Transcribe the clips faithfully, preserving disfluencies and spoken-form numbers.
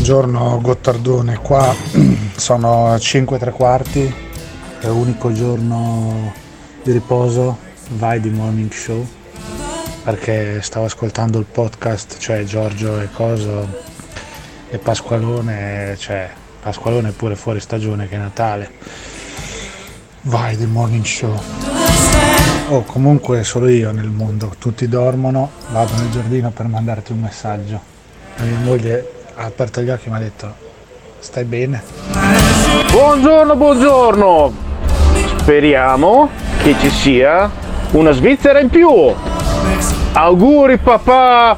Buongiorno Gottardone, qua sono cinque e tre quarti, è l'unico giorno di riposo, vai di Morning Show, perché stavo ascoltando il podcast, cioè Giorgio e Coso e Pasqualone, cioè Pasqualone è pure fuori stagione che è Natale, vai di Morning Show. Oh, comunque solo io nel mondo, tutti dormono, vado nel giardino per mandarti un messaggio. La mia moglie ha aperto gli occhi e mi ha detto: stai bene? Buongiorno, buongiorno. Speriamo che ci sia una Svizzera in più. Auguri papà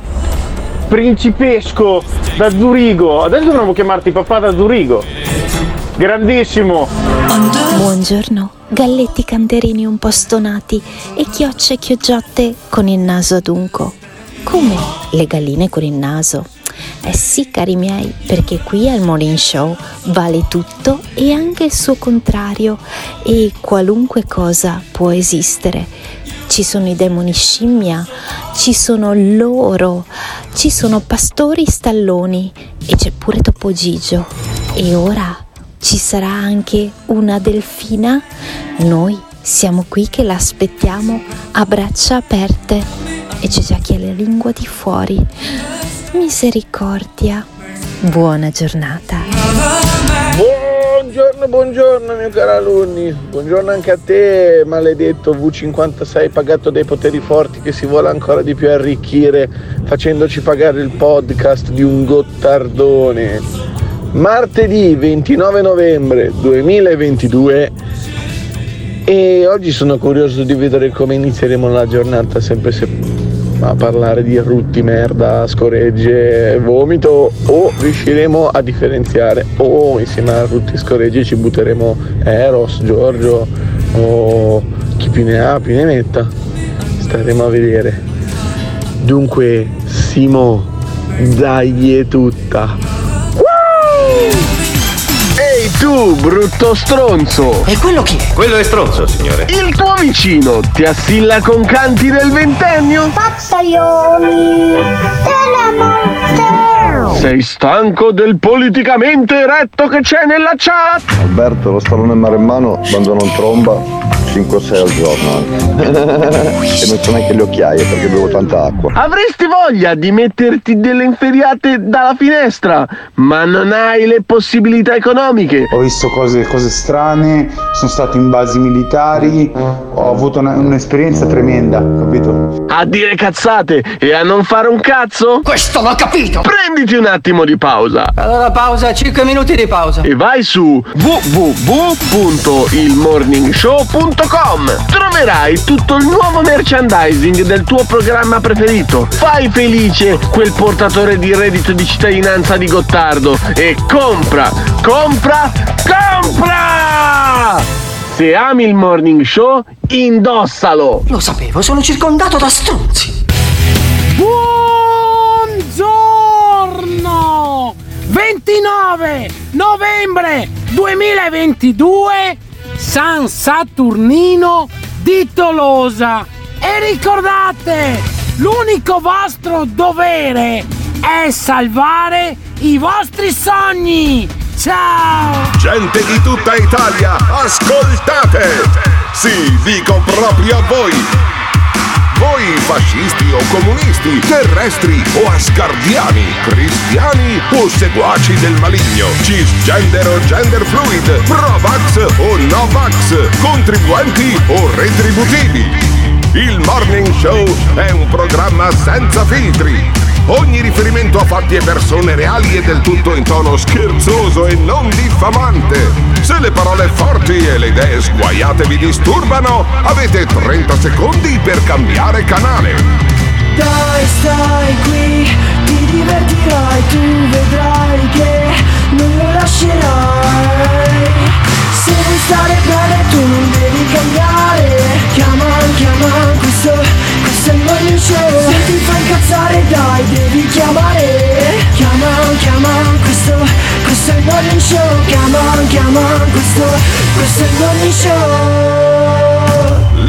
principesco da Zurigo. Adesso dovremmo chiamarti papà da Zurigo. Grandissimo. Buongiorno, galletti canterini un po' stonati e chiocce chioggiotte con il naso adunco. Come le galline con il naso? Eh sì, cari miei, perché qui al Morning Show vale tutto e anche il suo contrario, e qualunque cosa può esistere. Ci sono i demoni scimmia, ci sono loro, ci sono pastori stalloni e c'è pure Topo Gigio. E ora ci sarà anche una delfina? Noi siamo qui che l'aspettiamo a braccia aperte e c'è già chi ha la lingua di fuori. Misericordia. Buona giornata. Buongiorno, buongiorno mio caro alunni. Buongiorno anche a te, maledetto vu cinquantasei pagato dai poteri forti, che si vuole ancora di più arricchire facendoci pagare il podcast di un Gottardone. Martedì ventinove novembre duemilaventidue e oggi sono curioso di vedere come inizieremo la giornata, sempre se a parlare di rutti, merda, scoregge, vomito, o riusciremo a differenziare, o insieme a rutti e scoregge ci butteremo Eros, Giorgio o chi più ne ha più ne metta. Staremo a vedere. Dunque Simo, dai è tutta. Ehi tu, brutto stronzo! E quello chi è? Quello è stronzo, signore. Il tuo vicino ti assilla con canti del ventennio? Pazzaioli della morte! Sei stanco del politicamente eretto che c'è nella chat? Alberto, lo stallone maremmano abbandona tromba cinque o sei al giorno anche. E non c'ho neanche le occhiaie perché bevo tanta acqua. Avresti voglia di metterti delle inferriate dalla finestra, ma non hai le possibilità economiche. Ho visto cose, cose strane, sono stato in basi militari, ho avuto una, un'esperienza tremenda, capito? A dire cazzate e a non fare un cazzo? Questo l'ho capito! Prenditi un attimo di pausa. Allora pausa, cinque minuti di pausa. E vai su w w w punto il morning show punto com. Troverai tutto il nuovo merchandising del tuo programma preferito. Fai felice quel portatore di reddito di cittadinanza di Gottardo e compra, compra, compra! Se ami il Morning Show, indossalo! Lo sapevo, sono circondato da stronzi. Buongiorno! ventinove novembre duemilaventidue, San Saturnino di Tolosa. E ricordate, l'unico vostro dovere è salvare i vostri sogni. Ciao! Gente di tutta Italia, ascoltate! Sì, dico proprio a voi! Voi fascisti o comunisti, terrestri o asgardiani, cristiani o seguaci del maligno, cisgender o gender fluid, pro-vax o no-vax, contribuenti o retributivi. Il Morning Show è un programma senza filtri. Ogni riferimento a fatti e persone reali è del tutto in tono scherzoso e non diffamante. Se le parole forti e le idee sguaiate vi disturbano, avete trenta secondi per cambiare canale. Dai, stai qui, ti divertirai, tu vedrai che non lo lascerai. Se vuoi stare bene tu non devi cambiare. Chiama, chiama, questo, questo è il Morning Show. Se ti fa incazzare dai, devi chiamare. Chiama, chiama, questo, questo è il Morning Show. Chiama, chiama, questo, questo è il Morning Show. Ladies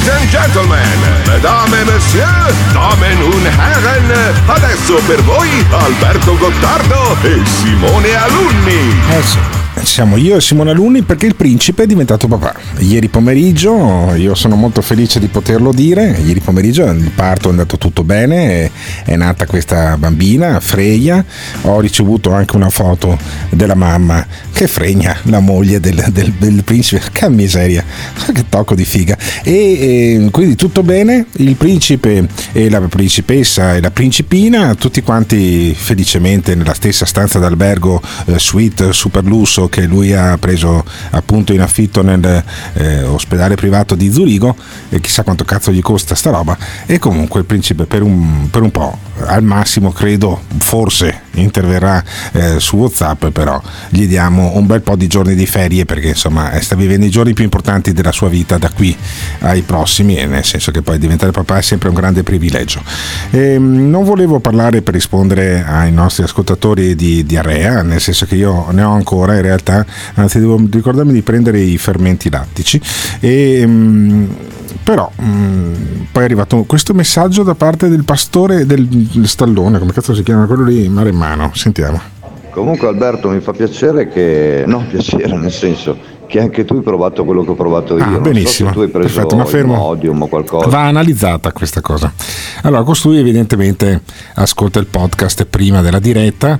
and gentlemen, mesdames et messieurs, damen und herren, adesso per voi Alberto Gottardo e Simone Alunni. Eh sì. Siamo io e Simone Alunni perché il principe è diventato papà. Ieri pomeriggio, io sono molto felice di poterlo dire, ieri pomeriggio il parto è andato tutto bene, è nata questa bambina, Freya. Ho ricevuto anche una foto della mamma, che Fregna, la moglie del, del, del principe, che miseria, che tocco di figa. E, e quindi tutto bene, il principe e la principessa e la principina, tutti quanti felicemente nella stessa stanza d'albergo eh, suite super lusso che lui ha preso appunto in affitto nel eh, ospedale privato di Zurigo, e chissà quanto cazzo gli costa sta roba. E comunque il principe per un, per un po', al massimo credo, forse interverrà eh, su WhatsApp, però gli diamo un bel po' di giorni di ferie perché insomma sta vivendo i giorni più importanti della sua vita da qui ai prossimi, e nel senso che poi diventare papà è sempre un grande privilegio. E, non volevo parlare per rispondere ai nostri ascoltatori di diarrea, nel senso che io ne ho ancora in realtà, anzi devo ricordarmi di prendere i fermenti lattici, e mh, però mh, poi è arrivato questo messaggio da parte del pastore del, del stallone, come cazzo si chiama quello lì, Maremmano, sentiamo. Comunque Alberto, mi fa piacere che, no piacere nel senso che anche tu hai provato quello che ho provato io. Ah, non benissimo, so se tu hai preso perfetto, ma fermo. Imodium o qualcosa. Va analizzata questa cosa. Allora, costui evidentemente ascolta il podcast prima della diretta,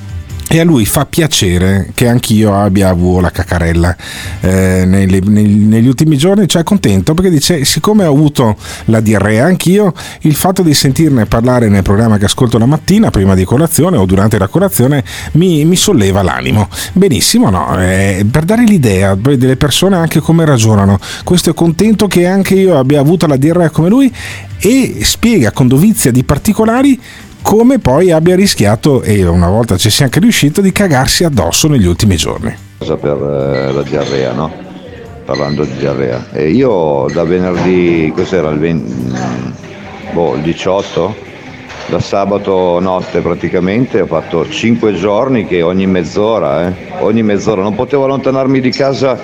e a lui fa piacere che anch'io abbia avuto la cacarella eh, negli, negli ultimi giorni, cioè è contento perché dice, siccome ho avuto la diarrea anch'io, il fatto di sentirne parlare nel programma che ascolto la mattina prima di colazione o durante la colazione mi, mi solleva l'animo. Benissimo, no? Eh, per dare l'idea delle persone anche come ragionano, questo è contento che anche io abbia avuto la diarrea come lui, e spiega con dovizia di particolari come poi abbia rischiato, e una volta ci sia anche riuscito, di cagarsi addosso negli ultimi giorni. Cosa per eh, la diarrea, no? Parlando di diarrea. E io da venerdì, cos'era il venti, boh, il diciotto, da sabato notte praticamente, ho fatto cinque giorni che ogni mezz'ora, eh, ogni mezz'ora, non potevo allontanarmi di casa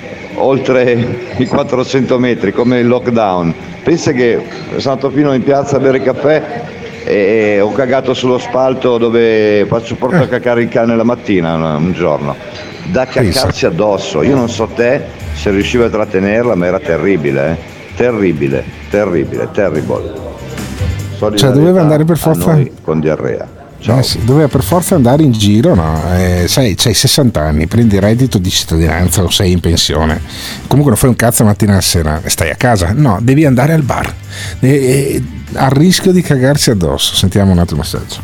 oltre i quattrocento metri, come il lockdown. Pensa che sono andato fino in piazza a bere caffè e ho cagato sullo spalto dove faccio porto a cacare il cane la mattina un giorno, da cacarsi addosso. Io non so te se riuscivo a trattenerla, ma era terribile, eh? terribile, terribile, terrible. Cioè doveva andare per forza a noi con diarrea. Eh sì, doveva per forza andare in giro, no? Eh, sai, c'hai sessanta anni, prendi il reddito di cittadinanza o sei in pensione, comunque non fai un cazzo la mattina alla sera, stai a casa, no, devi andare al bar, e, e, a rischio di cagarsi addosso. Sentiamo un altro messaggio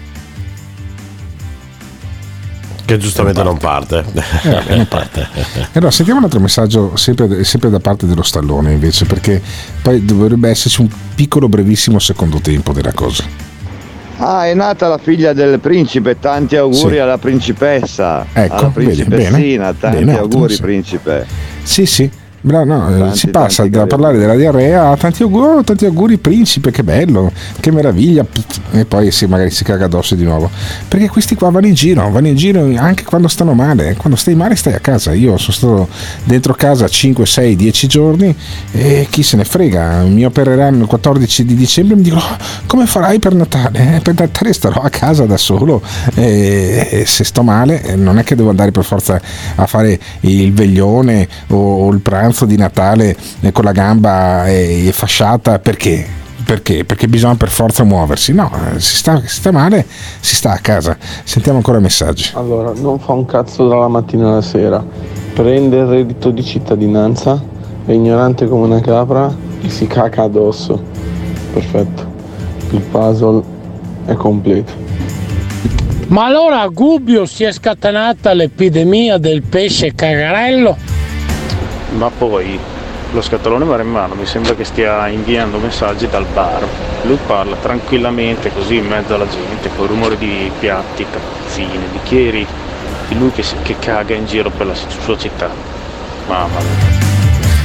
che giustamente non parte, eh, vabbè, non parte. Allora sentiamo un altro messaggio sempre, sempre da parte dello stallone invece, perché poi dovrebbe esserci un piccolo brevissimo secondo tempo della cosa. Ah, è nata la figlia del principe, tanti auguri sì. alla principessa, ecco, alla principessina, bene, tanti bene, auguri sì. principe. Sì, sì. No, no, tanti, si passa da cari. parlare della diarrea a tanti auguri, oh, tanti auguri principe, che bello, che meraviglia, e poi sì, magari si caga addosso di nuovo, perché questi qua vanno in giro, vanno in giro anche quando stanno male. Quando stai male stai a casa. Io sono stato dentro casa cinque, sei, dieci giorni e chi se ne frega, mi opereranno il quattordici di dicembre, mi dicono oh, come farai per Natale? Eh, per Natale starò a casa da solo, e, e se sto male non è che devo andare per forza a fare il veglione o, o il pranzo di Natale con la gamba e fasciata. Perché? Perché? Perché bisogna per forza muoversi. No, si sta, si sta male, si sta a casa. Sentiamo ancora messaggi. Allora, non fa un cazzo dalla mattina alla sera, prende il reddito di cittadinanza, è ignorante come una capra e si caca addosso. Perfetto, il puzzle è completo. Ma allora a Gubbio si è scatenata l'epidemia del pesce cagarello? Ma poi lo scatolone maremmano mi sembra che stia inviando messaggi dal bar. Lui parla tranquillamente così in mezzo alla gente, con rumore di piatti, tazzine, bicchieri, di lui che, che caga in giro per la sua città. Mamma mia.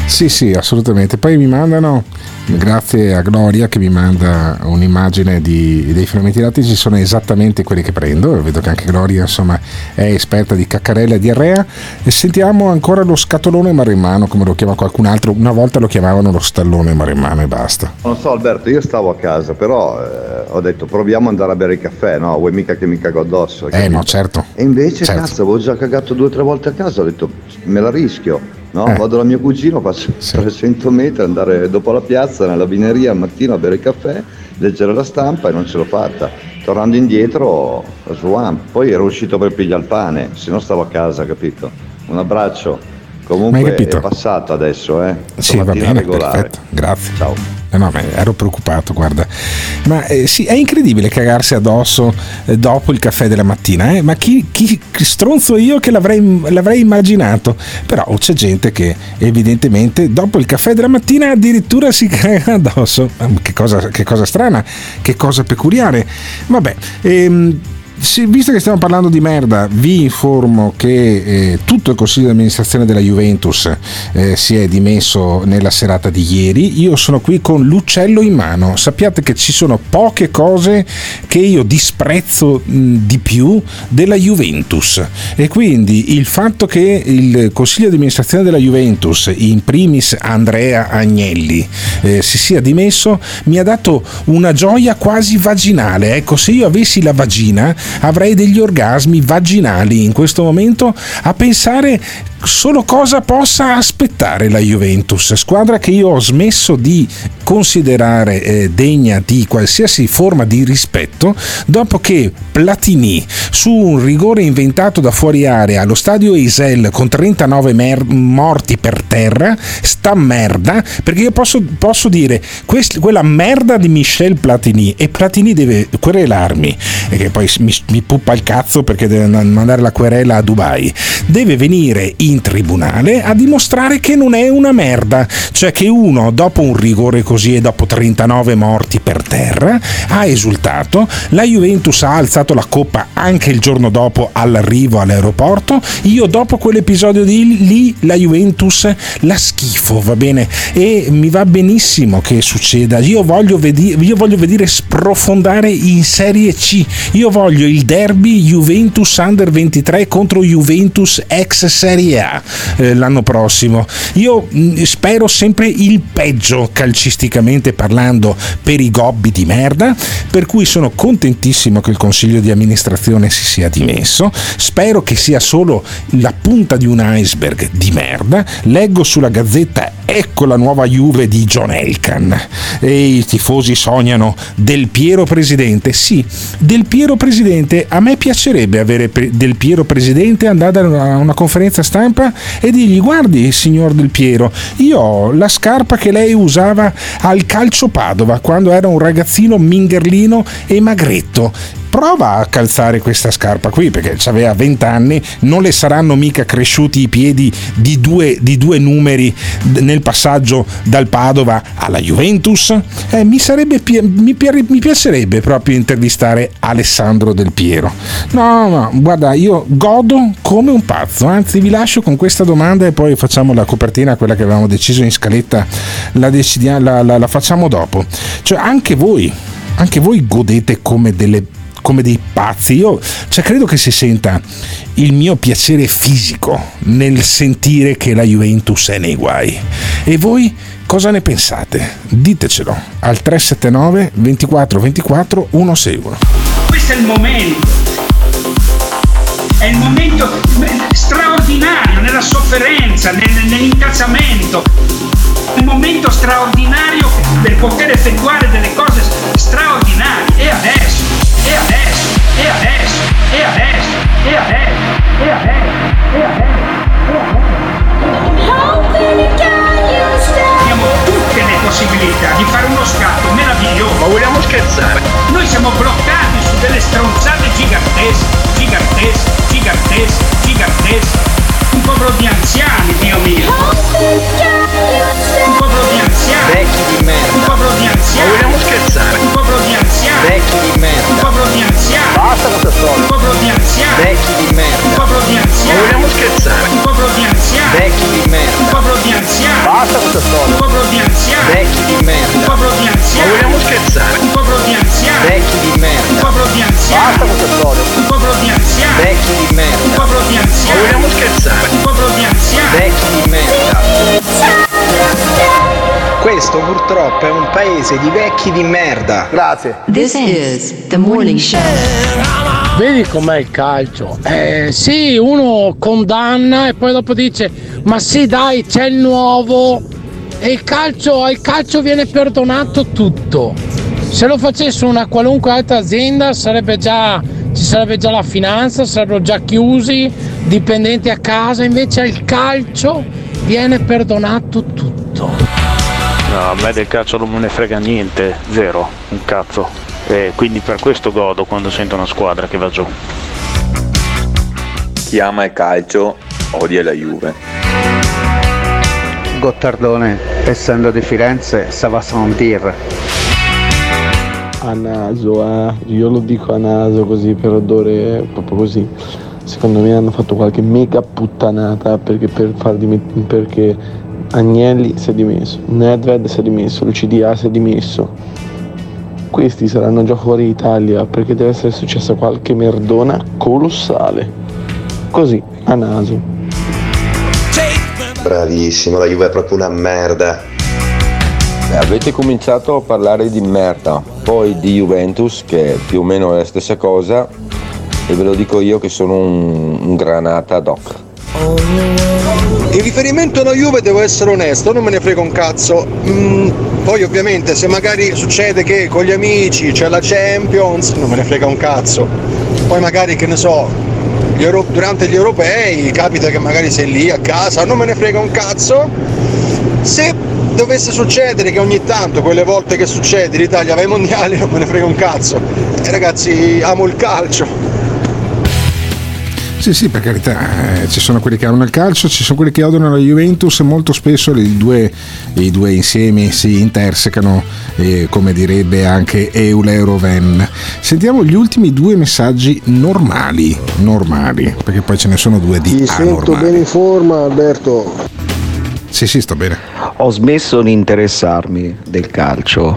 Sì, sì, assolutamente. Poi mi mandano, grazie a Gloria che mi manda un'immagine di, dei fermenti lattici, sono esattamente quelli che prendo. Vedo che anche Gloria insomma è esperta di caccarella e diarrea. E sentiamo ancora lo scatolone maremmano, come lo chiama qualcun altro. Una volta lo chiamavano lo stallone maremmano e basta. Non so Alberto, io stavo a casa, però eh, ho detto proviamo ad andare a bere il caffè, no? Vuoi mica che mi cago addosso? Eh no, certo. E invece certo. Cazzo, avevo già cagato due o tre volte a casa, ho detto me la rischio. No, eh. Vado da mio cugino, faccio sì. trecento metri, andare dopo la piazza nella vineria al mattino a bere il caffè, leggere la stampa e non ce l'ho fatta. Tornando indietro, swamp. Poi ero uscito per pigliare il pane, se no stavo a casa, capito? Un abbraccio. Comunque è passato adesso, eh. Sì, va bene, regolare. Perfetto, grazie. Ciao. No, no, ero preoccupato, guarda. Ma eh, sì, è incredibile cagarsi addosso eh, dopo il caffè della mattina, eh? Ma chi, chi, chi stronzo io che l'avrei, l'avrei immaginato. Però c'è gente che evidentemente dopo il caffè della mattina addirittura si caga addosso. Che cosa, che cosa strana, che cosa peculiare. Vabbè, ehm, sì, visto che stiamo parlando di merda, vi informo che eh, tutto il consiglio di amministrazione della Juventus eh, si è dimesso nella serata di ieri. Io sono qui con l'uccello in mano. Sappiate che ci sono poche cose che io disprezzo mh, di più della Juventus, e quindi il fatto che il consiglio di amministrazione della Juventus, in primis Andrea Agnelli, eh, si sia dimesso mi ha dato una gioia quasi vaginale. Ecco, se io avessi la vagina avrei degli orgasmi vaginali in questo momento a pensare solo cosa possa aspettare la Juventus, squadra che io ho smesso di considerare eh, degna di qualsiasi forma di rispetto dopo che Platini, su un rigore inventato da fuori area allo stadio Isel con trentanove mer- morti per terra, sta merda, perché io posso, posso dire quest- quella merda di Michel Platini, e Platini deve querelarmi, e che poi mi, mi puppa il cazzo perché deve mandare la querela a Dubai, deve venire in tribunale a dimostrare che non è una merda, cioè che uno dopo un rigore così e dopo trentanove morti per terra ha esultato, la Juventus ha alzato la coppa anche il giorno dopo all'arrivo all'aeroporto. Io dopo quell'episodio di lì la Juventus la schifo, va bene, e mi va benissimo che succeda. Io voglio vedere, io voglio vedere sprofondare in Serie C. Io voglio il derby Juventus Under ventitré contro Juventus ex Serie A eh, l'anno prossimo. Io mh, spero sempre il peggio calcisticamente parlando per i gobbi di merda, per cui sono contentissimo che il consiglio di amministrazione si sia dimesso. Spero che sia solo la punta di un iceberg di merda. Leggo sulla Gazzetta: ecco la nuova Juve di John Elkann, e i tifosi sognano Del Piero presidente. Sì, Del Piero presidente. A me piacerebbe avere Del Piero presidente, andare a una conferenza stampa e dirgli: guardi signor Del Piero, io ho la scarpa che lei usava al calcio Padova quando era un ragazzino mingherlino e magretto, prova a calzare questa scarpa qui, perché aveva venti anni, non le saranno mica cresciuti i piedi di due, di due numeri nel passaggio dal Padova alla Juventus. Eh, mi, sarebbe, mi, mi piacerebbe proprio intervistare Alessandro Del Piero. No, no, guarda, io godo come un pazzo, anzi vi lascio con questa domanda e poi facciamo la copertina, quella che avevamo deciso in scaletta, la, decidiamo, la, la, la facciamo dopo. Cioè anche voi, anche voi godete come delle come dei pazzi. Io cioè credo che si senta il mio piacere fisico nel sentire che la Juventus è nei guai. E voi cosa ne pensate? Ditecelo al tre sette nove ventiquattro ventiquattro centosessantuno. Questo è il momento, è il momento straordinario nella sofferenza, nel, nell'incazzamento, un momento straordinario per poter effettuare delle cose straordinarie. E adesso, e adesso, e adesso, e adesso, e adesso, e adesso, e adesso. Abbiamo tutte le possibilità di fare uno scatto meraviglioso. Ma vogliamo scherzare? Noi siamo bloccati su delle stronzate gigantesche, gigantesche, gigantesche, gigantesche. Un popolo di anziani, Dio mio. Un popolo di anziani. Vecchi di merda. Un popolo di anziani. Ma vogliamo scherzare? Un popolo di anziani. Vecchi di merda. Un popolo di anziani. Basta questa storia. Un popolo di anziani. Vecchi di merda. Un popolo di anziani. Ma vogliamo scherzare? Un popolo di anziani. Vecchi di merda. Un popolo di anziani. Basta Un popolo di anziani. Vecchi di merda. Un popolo di anziani. Vogliamo scherzare? Un popolo di anziani. Vecchi di merda. Questo purtroppo è un paese di vecchi di merda. Grazie. This is the morning show. Vedi com'è il calcio? Eh, sì, uno condanna e poi dopo dice ma sì dai c'è il nuovo e il calcio, al calcio viene perdonato tutto. Se lo facesse una qualunque altra azienda sarebbe già, ci sarebbe già la finanza, sarebbero già chiusi, dipendenti a casa, invece al calcio viene perdonato tutto. No, a me del calcio non me ne frega niente, zero, un cazzo. E quindi per questo godo quando sento una squadra che va giù. Chi ama il calcio odia la Juve. Gottardone, essendo di Firenze, ça va sentir. A naso, eh. Io lo dico a naso così per odore, proprio così. Secondo me hanno fatto qualche mega puttanata perché per far dimet- perché Agnelli si è dimesso, Nedved si è dimesso, l'U C D A si è dimesso. Questi saranno già fuori Italia perché deve essere successa qualche merdona colossale. Così, a naso. Bravissimo, la Juve è proprio una merda. Eh, avete cominciato a parlare di merda, poi di Juventus che è più o meno la stessa cosa, e ve lo dico io che sono un, un granata ad hoc. In riferimento alla Juve devo essere onesto, non me ne frega un cazzo. Mm, poi ovviamente se magari succede che con gli amici c'è la Champions, non me ne frega un cazzo. Poi magari, che ne so, gli Euro- durante gli europei capita che magari sei lì a casa, non me ne frega un cazzo. Se dovesse succedere che ogni tanto, quelle volte che succede, l'Italia va ai mondiali, non me ne frega un cazzo. E ragazzi, amo il calcio. Sì, sì, per carità, eh, ci sono quelli che amano il calcio, ci sono quelli che odiano la Juventus e molto spesso i due, i due insiemi si intersecano, eh, come direbbe anche Euler Oven. Sentiamo gli ultimi due messaggi normali, normali, perché poi ce ne sono due di Ti sento anormali. bene in forma, Alberto. Sì, sì, sto bene. Ho smesso di interessarmi del calcio,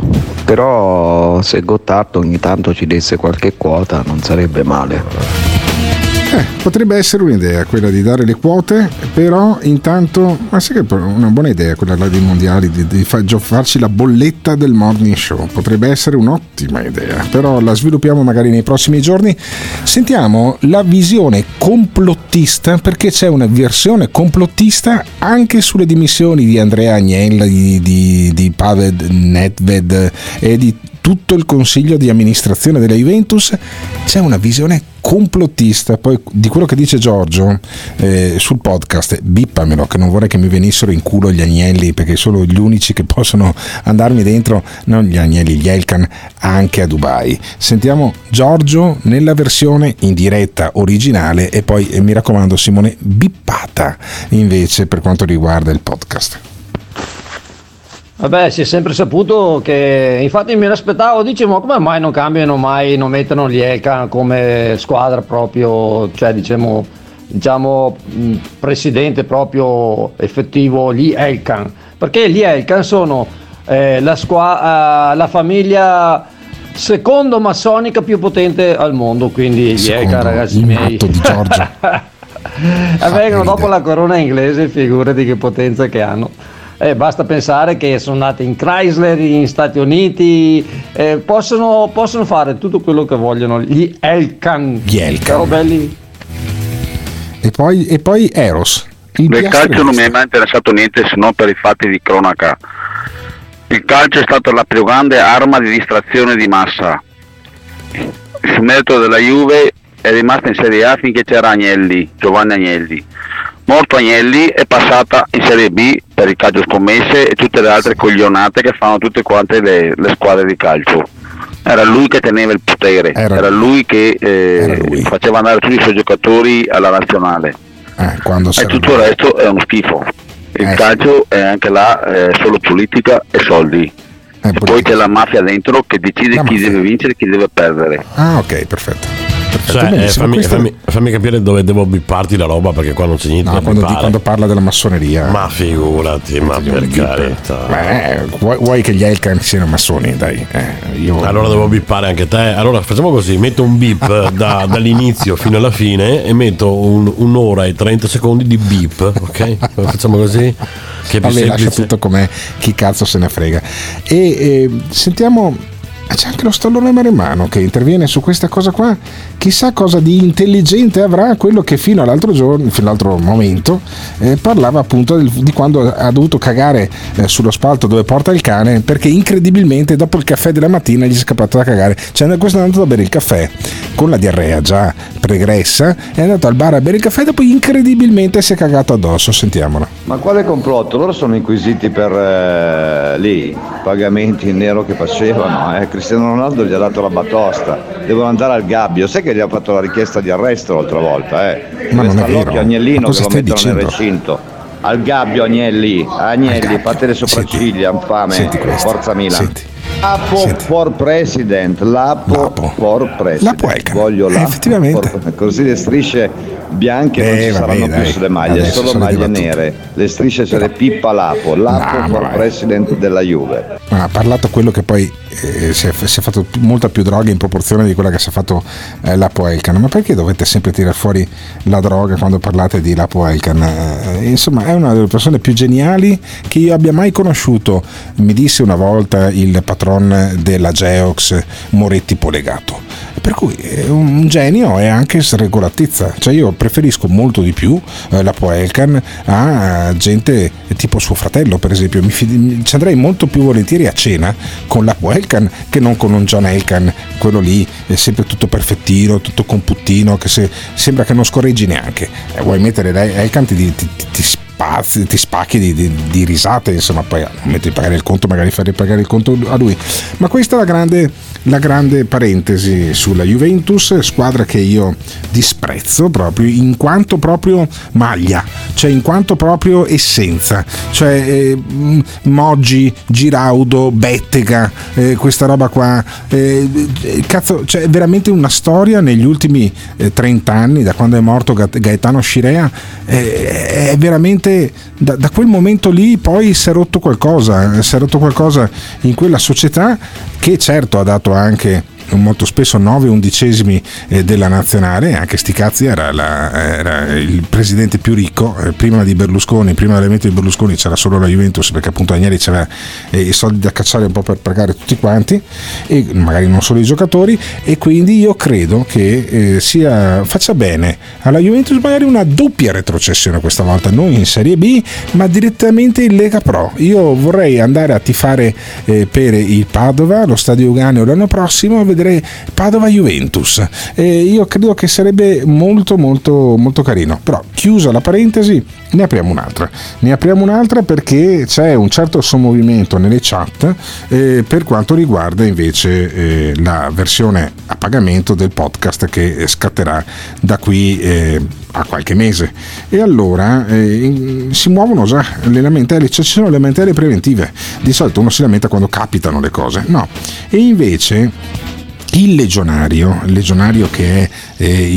però se Gottardo ogni tanto ci desse qualche quota non sarebbe male. Eh, potrebbe essere un'idea quella di dare le quote, però intanto, ma sai che è una buona idea quella là dei mondiali, di, di fa, farci la bolletta del morning show, potrebbe essere un'ottima idea, però la sviluppiamo magari nei prossimi giorni. Sentiamo la visione complottista, perché c'è una versione complottista anche sulle dimissioni di Andrea Agnelli, di, di, di Pavel Nedved e di tutto il consiglio di amministrazione della Juventus. C'è una visione complottista, poi di quello che dice Giorgio eh, sul podcast, bippamelo che non vorrei che mi venissero in culo gli Agnelli, perché sono gli unici che possono andarmi dentro, non gli Agnelli, gli Elkan, anche a Dubai. Sentiamo Giorgio nella versione in diretta originale e poi eh, mi raccomando Simone, bippata invece per quanto riguarda il podcast. Vabbè, si è sempre saputo che, infatti mi aspettavo, dicevo, ma come mai non cambiano mai, non mettono gli Elkan come squadra proprio, cioè diciamo, diciamo mh, presidente proprio effettivo, gli Elkan, perché gli Elkan sono eh, la, squa- uh, la famiglia secondo massonica più potente al mondo, quindi gli Elkan, ragazzi miei. Di Giorgio. Vengono dopo la corona inglese, figurati che potenza che hanno. Eh, basta pensare che sono nati in Chrysler, in Stati Uniti, eh, possono, possono fare tutto quello che vogliono, gli Elkan. Gli Elkan. Però belli. E poi, e poi Eros. Il Del calcio non mi è mai interessato niente se non per i fatti di cronaca. Il calcio è stato la più grande arma di distrazione di massa. Il merito della Juve è rimasta in Serie A finché c'era Agnelli, Giovanni Agnelli. Morto Agnelli è passata in Serie B per il calcio scommesse e tutte le altre coglionate che fanno tutte quante le, le squadre di calcio. Era lui che teneva il potere, era, era lui che eh, era lui. faceva andare tutti i suoi giocatori alla nazionale. Eh, quando e tutto il resto è uno schifo. Il eh, calcio sì. è anche là eh, solo politica e soldi. E poi c'è la mafia dentro che decide la chi mafia. deve vincere e chi deve perdere. Ah, ok, perfetto. perfetto. Cioè, eh, fammi, questo... fammi, fammi capire dove devo bipparti la roba, perché qua non c'è niente no, da quando, di, quando parla della massoneria. Ma figurati, ma per carità. Beh, vuoi, vuoi che gli Elkan siano massoni, dai. Eh, io... Allora devo bippare anche te. Allora facciamo così, metto un bip da, dall'inizio fino alla fine e metto un, un'ora e trenta secondi di bip, ok? Facciamo così? Che è più Vabbè, semplice. lascia tutto com'è, chi cazzo se ne frega. E eh, sentiamo, c'è anche lo stallone maremmano che interviene su questa cosa qua. Chissà cosa di intelligente avrà quello che fino all'altro giorno, fino all'altro momento eh, parlava appunto del, di quando ha dovuto cagare eh, sullo spalto dove porta il cane, perché incredibilmente dopo il caffè della mattina gli è scappato da cagare. Cioè, questo è andato a bere il caffè con la diarrea già pregressa, è andato al bar a bere il caffè e dopo incredibilmente si è cagato addosso. Sentiamolo. Ma quale complotto? Loro sono inquisiti per eh, lì pagamenti in nero che facevano, eh? Cristiano Ronaldo gli ha dato la batosta, devono andare al gabbio. Sai che gli ha fatto la richiesta di arresto l'altra volta, eh? Ma non è vero. Agnellino che lo mettono dicendo? nel recinto. Al gabbio Agnelli, Agnelli, fate le sopracciglia, infame, senti forza Milan. Senti. Lapo Senti. for president, Lapo, Lapo. for president. Lapo Voglio eh, Lapo effettivamente. For... Così le strisce bianche eh, non ci vabbè, saranno dai. più sulle maglie, Adesso solo sono maglie dibattute. nere. Le strisce se le pippa Lapo, Lapo No, for ma vai. president della Juve. Ha parlato quello che poi eh, si, è, si è fatto molta più droga in proporzione di quella che si è fatto eh, Lapo Elkan. Ma perché dovete sempre tirare fuori la droga quando parlate di Lapo Elkan? Eh, insomma, è una delle persone più geniali che io abbia mai conosciuto. Mi disse una volta il patron della Geox, Moretti Polegato. Per cui è un genio e anche sregolatezza. Cioè, io preferisco molto di più eh, Lapo Elkan a gente tipo suo fratello, per esempio. Mi fid- ci andrei molto più volentieri a cena con Lapo Elkan che non con un John Elkan, quello lì è sempre tutto perfettino, tutto computtino, che se, sembra che non scorreggi neanche. Eh, vuoi mettere Elkan ti, ti, ti, ti spazzi, ti spacchi di, di, di risate, insomma, poi non metti a pagare il conto, magari fai pagare il conto a lui. Ma questa è la grande, la grande parentesi sulla Juventus, squadra che io disprezzo proprio in quanto proprio maglia, cioè in quanto proprio essenza, cioè eh, Moggi, Giraudo, Bettega, eh, questa roba qua, eh, cazzo, cioè veramente una storia negli ultimi eh, trenta anni, da quando è morto Gaetano Scirea, eh, è veramente da, da quel momento lì poi si è rotto qualcosa, si è rotto qualcosa in quella società che certo ha dato anche molto spesso nove undicesimi eh, della nazionale, anche sti cazzi era, la, era il presidente più ricco, eh, prima di Berlusconi, prima dell'evento di Berlusconi c'era solo la Juventus, perché appunto Agnelli c'aveva eh, i soldi da cacciare un po' per pagare tutti quanti e magari non solo i giocatori, e quindi io credo che eh, sia, faccia bene alla Juventus magari una doppia retrocessione questa volta, non in Serie B ma direttamente in Lega Pro. Io vorrei andare a tifare eh, per il Padova allo Stadio Euganeo l'anno prossimo a vedere Padova Juventus, e io credo che sarebbe molto molto molto carino. Però chiusa la parentesi, ne apriamo un'altra ne apriamo un'altra perché c'è un certo sommovimento nelle chat eh, per quanto riguarda invece eh, la versione a pagamento del podcast che scatterà da qui eh, a qualche mese, e allora eh, si muovono già le lamentele, cioè ci sono le lamentele preventive. Di solito uno si lamenta quando capitano le cose, no, e invece il legionario, il legionario che è eh, il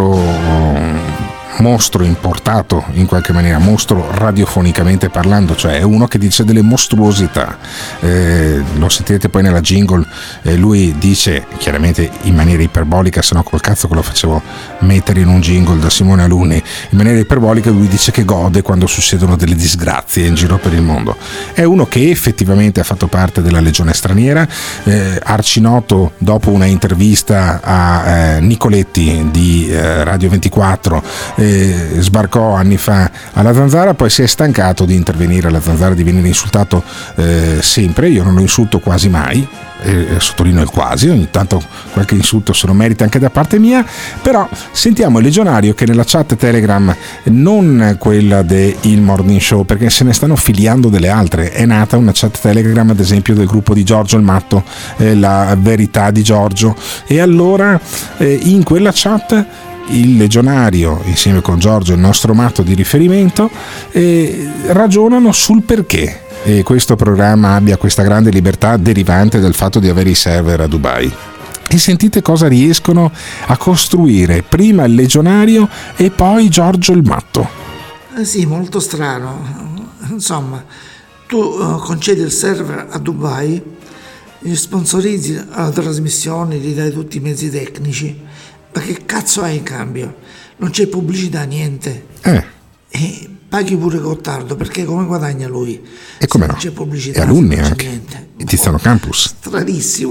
nostro mostro importato in qualche maniera, mostro radiofonicamente parlando, cioè è uno che dice delle mostruosità, eh, lo sentirete poi nella jingle, eh, lui dice chiaramente in maniera iperbolica, se no col cazzo che lo facevo mettere in un jingle da Simone Alunni, in maniera iperbolica lui dice che gode quando succedono delle disgrazie in giro per il mondo. È uno che effettivamente ha fatto parte della Legione Straniera, eh, arcinoto dopo una intervista a eh, Nicoletti di eh, Radio ventiquattro, eh, sbarcò anni fa alla Zanzara, poi si è stancato di intervenire alla Zanzara, di venire insultato eh, sempre. Io non lo insulto quasi mai, eh, sottolineo il quasi, ogni tanto qualche insulto se lo merita anche da parte mia, però sentiamo il legionario che nella chat Telegram, non quella del Morning Show perché se ne stanno filiando delle altre, è nata una chat Telegram ad esempio del gruppo di Giorgio il Matto, eh, la verità di Giorgio, e allora eh, in quella chat il legionario insieme con Giorgio, il nostro matto di riferimento, eh, ragionano sul perché e questo programma abbia questa grande libertà derivante dal fatto di avere i server a Dubai. E sentite cosa riescono a costruire: prima il legionario e poi Giorgio il matto. Eh sì, molto strano. Insomma, tu uh, concedi il server a Dubai, gli sponsorizzi la trasmissione, gli dai tutti i mezzi tecnici, ma che cazzo hai in cambio? Non c'è pubblicità, niente. Eh. E paghi pure Gottardo, perché come guadagna lui? E come no? Non c'è pubblicità, e alunni non c'è anche. Niente. E Tiziano Campus. Stranissimo.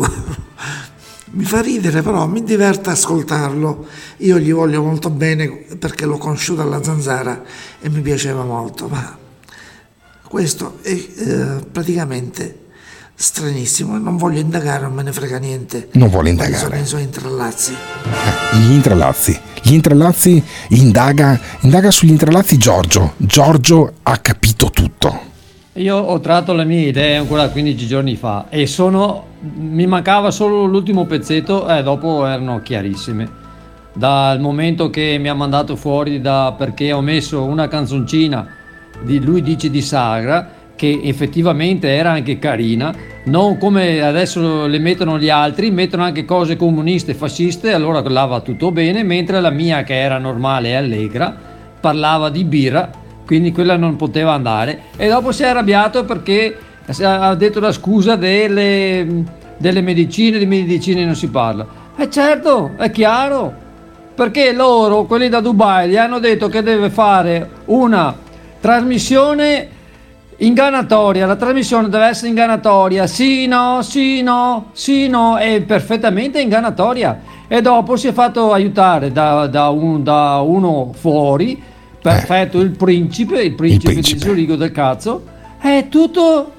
Mi fa ridere, però mi diverte ascoltarlo. Io gli voglio molto bene perché l'ho conosciuto alla Zanzara e mi piaceva molto, ma questo è eh, praticamente stranissimo. Non voglio indagare, non me ne frega niente. Non vuole Quali indagare. sono i suoi intrallazzi? Eh, gli intrallazzi. Gli intrallazzi indaga, indaga sugli intrallazzi Giorgio. Giorgio ha capito tutto. Io ho tratto le mie idee ancora quindici giorni fa e sono mi mancava solo l'ultimo pezzetto e dopo erano chiarissime. Dal momento che mi ha mandato fuori da perché ho messo una canzoncina di lui dice di Sagra, che effettivamente era anche carina, non come adesso le mettono gli altri, mettono anche cose comuniste, fasciste, allora là va tutto bene, mentre la mia, che era normale e allegra, parlava di birra, quindi quella non poteva andare. E dopo si è arrabbiato perché ha detto la scusa delle, delle medicine, di medicine non si parla. E certo, è chiaro, perché loro, quelli da Dubai, gli hanno detto che deve fare una trasmissione ingannatoria, la trasmissione deve essere ingannatoria, sì, no, sì, no, sì, no, è perfettamente ingannatoria. E dopo si è fatto aiutare da, da, un, da uno fuori, perfetto, eh. il principe, il principe, il principe. di Zurigo del cazzo, e tutto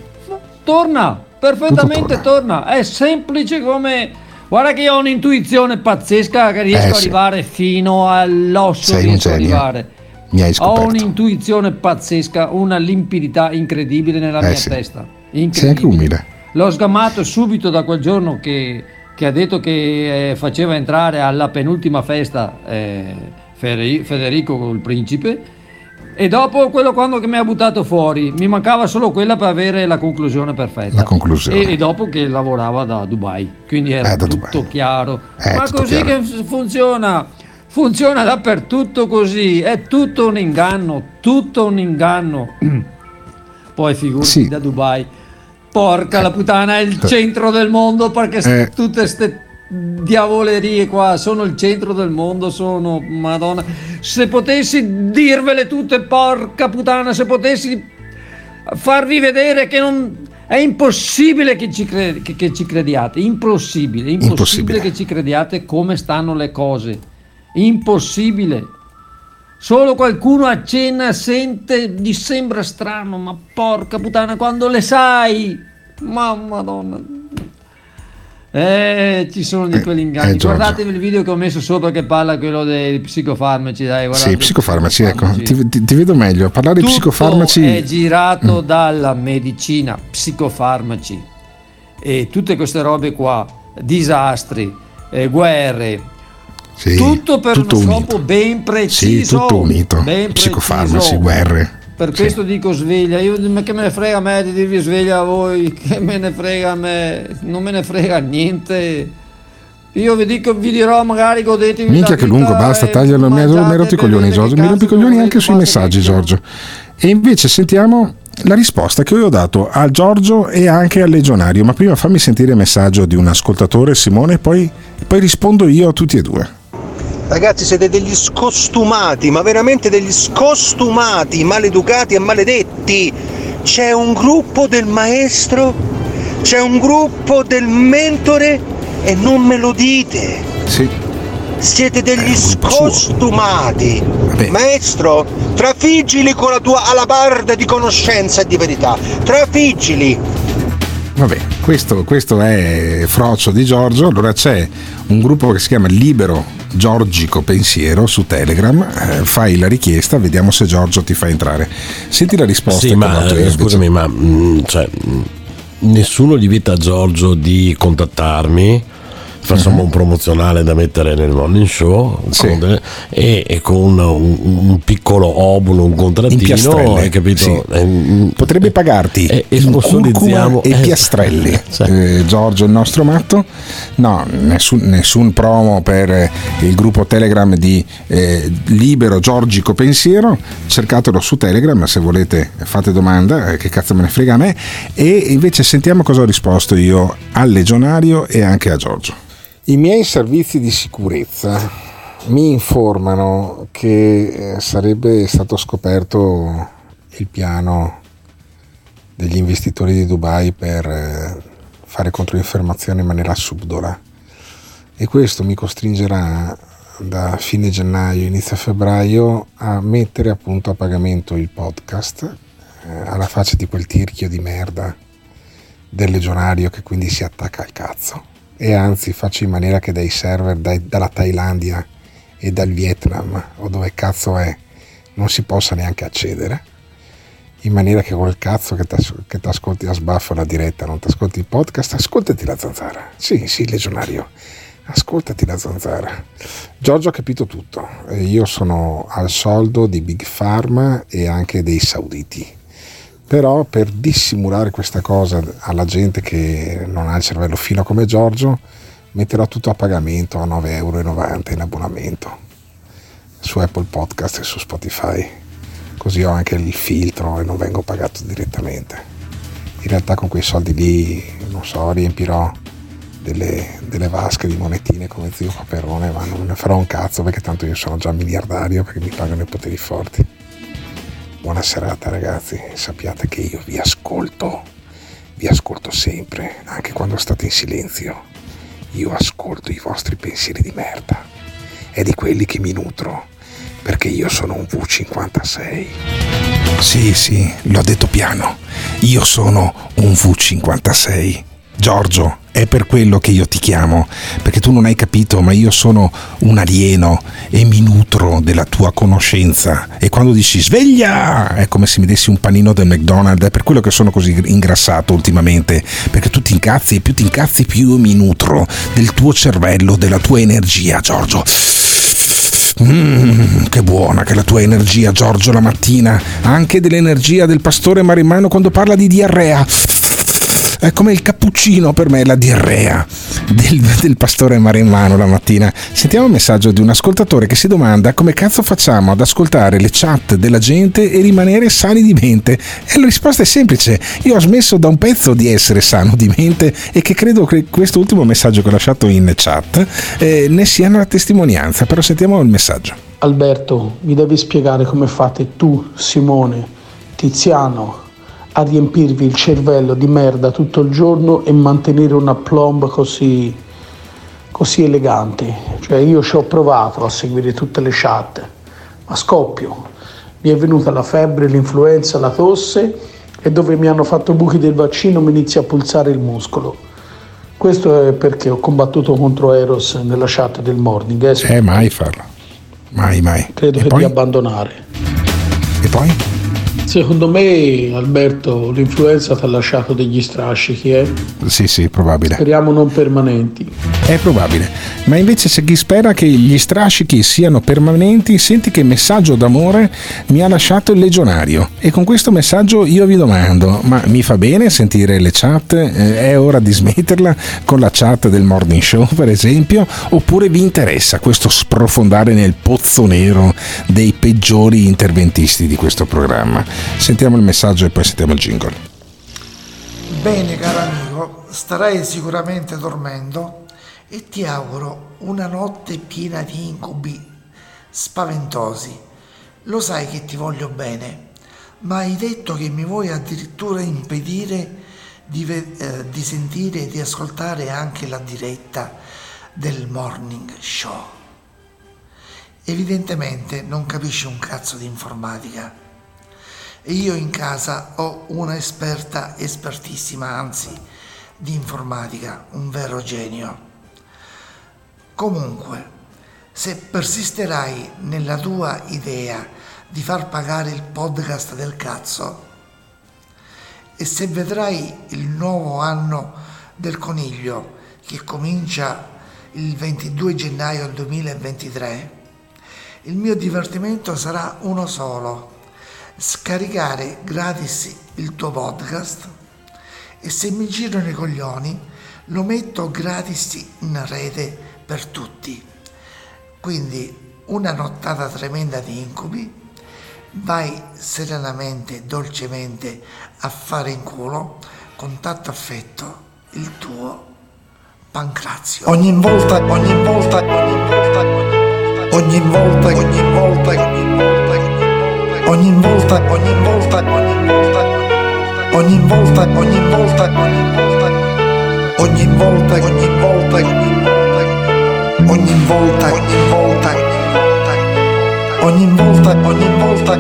torna, perfettamente tutto torna. torna, è semplice come... Guarda che io ho un'intuizione pazzesca che riesco eh, ad arrivare sì. fino all'osso, Sei riesco un ad arrivare. Mi hai scoperto. Ho un'intuizione pazzesca, una limpidità incredibile nella eh mia sì. testa. Sei anche umile. L'ho sgamato subito da quel giorno che, che ha detto che eh, faceva entrare alla penultima festa eh, Federico col principe, e dopo quello quando che mi ha buttato fuori mi mancava solo quella per avere la conclusione perfetta. La conclusione. E, e dopo che lavorava da Dubai, quindi era eh, tutto Dubai. chiaro. Eh, Ma tutto così chiaro. che funziona. Funziona dappertutto così, è tutto un inganno, tutto un inganno. Poi figurati sì. da Dubai, porca la puttana, è il centro del mondo, perché eh. tutte queste diavolerie qua sono il centro del mondo, sono, madonna, se potessi dirvele tutte, porca puttana, se potessi farvi vedere che non... È impossibile che ci, cre- che, che ci crediate, impossibile, impossibile, impossibile che ci crediate come stanno le cose. Impossibile. Solo qualcuno accenna, sente, gli sembra strano, ma porca puttana, quando le sai, ma madonna. Eh, ci sono di quegli inganni. Eh, guardatevi il video che ho messo sopra che parla quello dei psicofarmaci, dai, guardate. Sì, psicofarmaci, ecco, ti, ti, ti vedo meglio. Parlare Tutto di psicofarmaci è girato mm. dalla medicina, psicofarmaci e tutte queste robe qua, disastri, eh, guerre. Sì, tutto per tutto uno unito. scopo ben preciso, sì, tutto unito. Ben Psicofarmaci, preciso. guerre. Per sì. questo dico sveglia. Io che me ne frega a me di dirvi sveglia a voi, che me ne frega a me, non me ne frega niente. Io vi dico, vi dirò, magari godetevi. Minchia che lungo, basta, taglialo. Mi hai rotto i coglioni, Giorgio. Mi rompi i coglioni anche sui messaggi, Giorgio. E invece sentiamo la risposta che io ho dato a Giorgio e anche al Legionario. Ma prima fammi sentire il messaggio di un ascoltatore, Simone, poi, poi rispondo io a tutti e due. Ragazzi, siete degli scostumati, ma veramente degli scostumati, maleducati e maledetti. C'è un gruppo del maestro, c'è un gruppo del mentore e non me lo dite. Sì. Siete degli scostumati. Maestro, trafiggili con la tua alabarda di conoscenza e di verità. Trafiggili. Vabbè, questo, questo è Frocio di Giorgio. Allora c'è un gruppo che si chiama Libero Giorgico Pensiero su Telegram, eh, fai la richiesta, vediamo se Giorgio ti fa entrare. Senti la risposta. Sì, ma eh, scusami, ma mh, cioè, mh, nessuno gli vieta a Giorgio di contattarmi facciamo uh-huh. un promozionale da mettere nel morning show, sì. con delle, e, e con un, un piccolo obulo, un contrattino, hai capito? Sì. Eh, potrebbe pagarti e, e sponsorizziamo e eh, piastrelli. Sì. Eh, Giorgio il nostro matto, no, nessun, nessun promo per il gruppo Telegram di eh, Libero Giorgico Pensiero, cercatelo su Telegram se volete, fate domanda, eh, che cazzo me ne frega a me. E invece sentiamo cosa ho risposto io al Legionario e anche a Giorgio. I miei servizi di sicurezza mi informano che sarebbe stato scoperto il piano degli investitori di Dubai per fare controinformazione in maniera subdola, e questo mi costringerà da fine gennaio inizio febbraio a mettere appunto a pagamento il podcast, eh, alla faccia di quel tirchio di merda del Legionario che quindi si attacca al cazzo, e anzi faccio in maniera che dai server dai, dalla Thailandia e dal Vietnam o dove cazzo è non si possa neanche accedere, in maniera che quel cazzo che ti ascolti a sbaffo la diretta, non ti ascolti il podcast, ascoltati la Zanzara. Sì, sì, Legionario, ascoltati la Zanzara. Giorgio ha capito tutto, io sono al soldo di Big Pharma e anche dei sauditi, però per dissimulare questa cosa alla gente che non ha il cervello fino come Giorgio metterò tutto a pagamento a nove virgola novanta euro in abbonamento su Apple Podcast e su Spotify, così ho anche il filtro e non vengo pagato direttamente. In realtà con quei soldi lì, non so, riempirò delle, delle vasche di monetine come zio Paperone, ma non ne farò un cazzo perché tanto io sono già miliardario perché mi pagano i poteri forti. Buona serata ragazzi, sappiate che io vi ascolto, vi ascolto sempre, anche quando state in silenzio. Io ascolto i vostri pensieri di merda, è di quelli che mi nutro, perché io sono un vu cinquantasei. Sì, sì, l'ho detto piano, io sono un vu cinquantasei. Giorgio, è per quello che io ti chiamo, perché tu non hai capito, ma io sono un alieno e mi nutro della tua conoscenza, e quando dici sveglia è come se mi dessi un panino del McDonald's, è per quello che sono così ingrassato ultimamente, perché tu ti incazzi e più ti incazzi più mi nutro del tuo cervello, della tua energia, Giorgio. Mm, che buona che è la tua energia, Giorgio, la mattina, anche dell'energia del pastore Marimano quando parla di diarrea. È come il cappuccino per me, la diarrea del, del pastore Marimano la mattina. Sentiamo il messaggio di un ascoltatore che si domanda come cazzo facciamo ad ascoltare le chat della gente e rimanere sani di mente, e la risposta è semplice: io ho smesso da un pezzo di essere sano di mente, e che credo che questo ultimo messaggio che ho lasciato in chat eh, ne sia una testimonianza. Però sentiamo il messaggio. Alberto, mi devi spiegare come fate tu, Simone, Tiziano, a riempirvi il cervello di merda tutto il giorno e mantenere una plomb così, così elegante. Cioè io ci ho provato a seguire tutte le chat, ma scoppio. Mi è venuta la febbre, l'influenza, la tosse, e dove mi hanno fatto buchi del vaccino mi inizia a pulsare il muscolo. Questo è perché ho combattuto contro Eros nella chat del morning. Eh, eh mai farlo, mai mai. Credo e che poi? di abbandonare. E poi? Secondo me, Alberto, l'influenza ti ha lasciato degli strascichi, eh? Sì, sì, probabile. Speriamo non permanenti. È probabile. Ma invece c'è chi spera che gli strascichi siano permanenti. Senti che messaggio d'amore mi ha lasciato il Legionario. E con questo messaggio io vi domando: ma mi fa bene sentire le chat? Eh, è ora di smetterla con la chat del morning show, per esempio? Oppure vi interessa questo sprofondare nel pozzo nero dei peggiori interventisti di questo programma? Sentiamo il messaggio e poi sentiamo il jingle. Bene caro amico, starai sicuramente dormendo e ti auguro una notte piena di incubi spaventosi. Lo sai che ti voglio bene, ma hai detto che mi vuoi addirittura impedire di, ve- eh, di sentire e di ascoltare anche la diretta del morning show. Evidentemente non capisci un cazzo di informatica. E io in casa ho una esperta, espertissima anzi, di informatica, un vero genio. Comunque, se persisterai nella tua idea di far pagare il podcast del cazzo, e se vedrai il nuovo anno del coniglio che comincia il ventidue gennaio duemilaventitré, il mio divertimento sarà uno solo: scaricare gratis il tuo podcast e se mi girano i coglioni lo metto gratis in rete per tutti. Quindi una nottata tremenda di incubi, vai serenamente, dolcemente a fare in culo, con tanto affetto, il tuo Pancrazio. Ogni volta, ogni volta, ogni volta, ogni volta, ogni volta, ogni volta, ogni volta, ogni volta, ogni volta, ogni volta, ogni volta, ogni volta, ogni volta, ogni volta, ogni volta, ogni volta,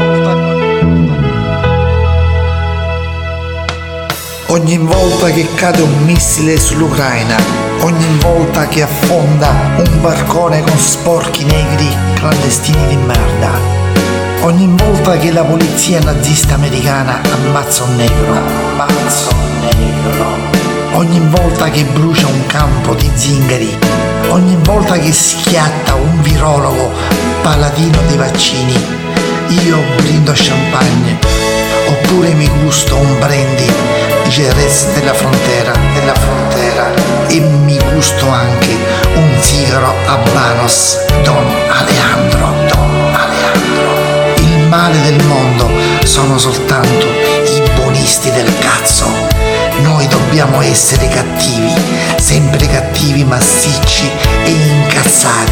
ogni volta che cade un missile sull'Ucraina, ogni volta che affonda un barcone con sporchi negri clandestini di merda, ogni volta che la polizia nazista americana ammazza un negro, ammazza un negro, ogni volta che brucia un campo di zingari, ogni volta che schiatta un virologo paladino dei vaccini, io brindo champagne, oppure mi gusto un brandy Jerez della frontera, della frontera, e mi gusto anche un sigaro Habanos Don Alejandro, Don Alejandro. Il male del mondo sono soltanto i buonisti del cazzo. Noi dobbiamo essere cattivi, sempre cattivi, massicci e incazzati,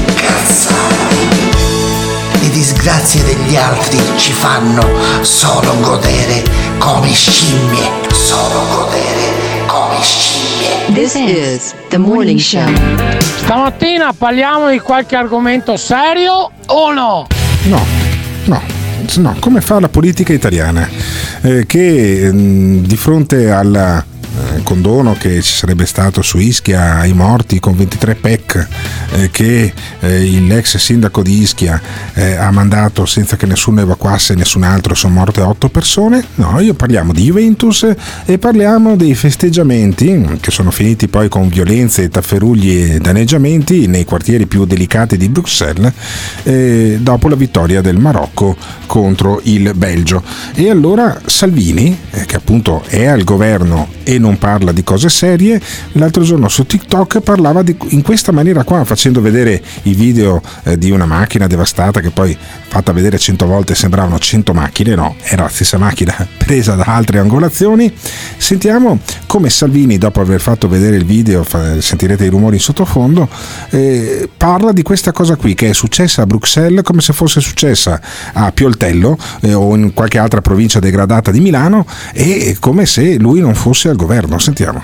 incazzati. Le disgrazie degli altri ci fanno solo godere come scimmie, solo godere come scimmie. This is the morning show. Stamattina parliamo di qualche argomento serio o no? No, no, no, come fa la politica italiana, eh, che mh, di fronte alla condono che ci sarebbe stato su Ischia ai morti con ventitré P E C eh, che eh, l'ex sindaco di Ischia eh, ha mandato senza che nessuno evacuasse nessun altro, sono morte otto persone. No, io parliamo di Juventus e parliamo dei festeggiamenti che sono finiti poi con violenze, tafferugli e danneggiamenti nei quartieri più delicati di Bruxelles eh, dopo la vittoria del Marocco contro il Belgio. E allora Salvini, eh, che appunto è al governo e non parla di cose serie, l'altro giorno su TikTok parlava di, in questa maniera qua, facendo vedere i video eh, di una macchina devastata che poi fatta vedere cento volte sembravano cento macchine, no, era la stessa macchina presa da altre angolazioni. Sentiamo come Salvini, dopo aver fatto vedere il video, fa, sentirete i rumori in sottofondo, eh, parla di questa cosa qui che è successa a Bruxelles come se fosse successa a Pioltello eh, o in qualche altra provincia degradata di Milano, e come se lui non fosse al governo. Sentiamo.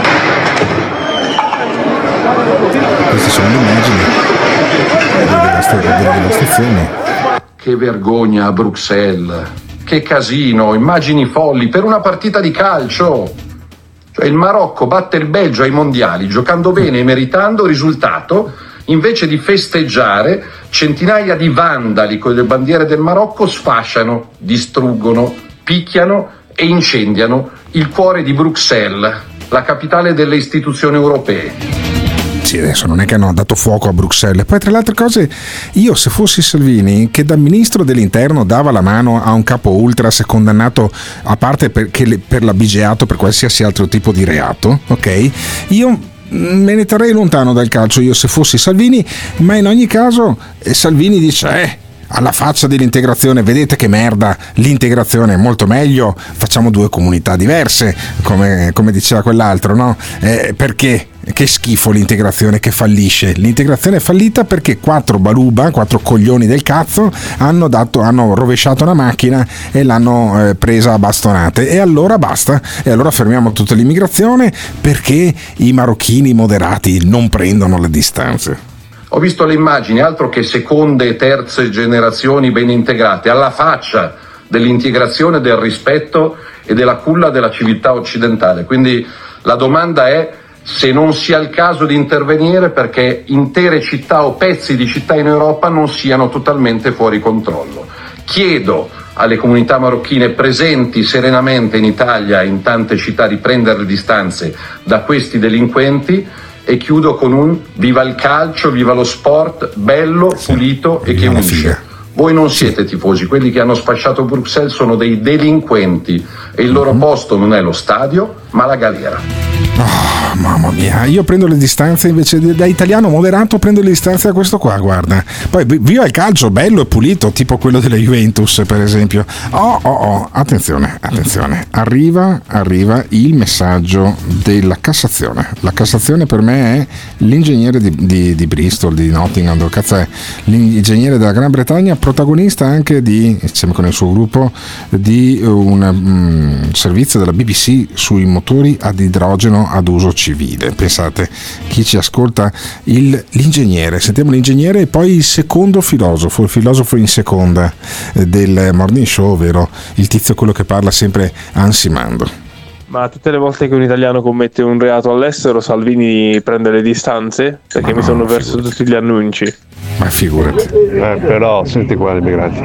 Queste sono le immagini delle devastazioni. Che vergogna a Bruxelles, che casino, immagini folli per una partita di calcio. Cioè il Marocco batte il Belgio ai mondiali giocando bene e meritando, risultato: invece di festeggiare, centinaia di vandali con le bandiere del Marocco sfasciano, distruggono, picchiano e incendiano il cuore di Bruxelles, la capitale delle istituzioni europee. Sì, adesso non è che hanno dato fuoco a Bruxelles. Poi, tra le altre cose, io se fossi Salvini, che da ministro dell'interno dava la mano a un capo ultras condannato, a parte perché per l'abigeato per qualsiasi altro tipo di reato, ok? Io me ne terrei lontano dal calcio, io se fossi Salvini, ma in ogni caso Salvini dice eh alla faccia dell'integrazione, vedete che merda, l'integrazione è molto meglio, facciamo due comunità diverse, come, come diceva quell'altro, no? Eh, perché? Che schifo l'integrazione che fallisce. L'integrazione è fallita perché quattro baluba, quattro coglioni del cazzo hanno dato, hanno rovesciato una macchina e l'hanno eh, presa a bastonate, e allora basta, e allora fermiamo tutta l'immigrazione perché i marocchini moderati non prendono le distanze. Ho visto le immagini, altro che seconde e terze generazioni ben integrate, alla faccia dell'integrazione, del rispetto e della culla della civiltà occidentale. Quindi la domanda è se non sia il caso di intervenire perché intere città o pezzi di città in Europa non siano totalmente fuori controllo. Chiedo alle comunità marocchine presenti serenamente in Italia e in tante città di prendere le distanze da questi delinquenti, E chiudo con un viva il calcio, viva lo sport, bello, pulito e che unisce. Voi non siete tifosi, quelli che hanno spacciato Bruxelles sono dei delinquenti e il loro posto non è lo stadio, ma la galera. Oh, mamma mia, io prendo le distanze invece di, da italiano moderato, prendo le distanze da questo qua, guarda. Poi viva il calcio, bello e pulito, tipo quello della Juventus, per esempio. Oh, oh, oh, attenzione, attenzione. Arriva, arriva il messaggio della Cassazione. La Cassazione per me è l'ingegnere di, di, di Bristol, di Nottingham, dove cazzo è? L'ingegnere della Gran Bretagna, protagonista anche di, insieme con il suo gruppo, di un um, servizio della B B C sui motori ad idrogeno ad uso civile. Pensate, chi ci ascolta, il, l'ingegnere, sentiamo l'ingegnere e poi il secondo filosofo, il filosofo in seconda eh, del Morning Show, ovvero il tizio quello che parla sempre ansimando. Ma tutte le volte che un italiano commette un reato all'estero Salvini prende le distanze? Perché ma mi sono no, perso figurati. Tutti gli annunci. Ma figurati. Eh, però senti qua gli immigrati.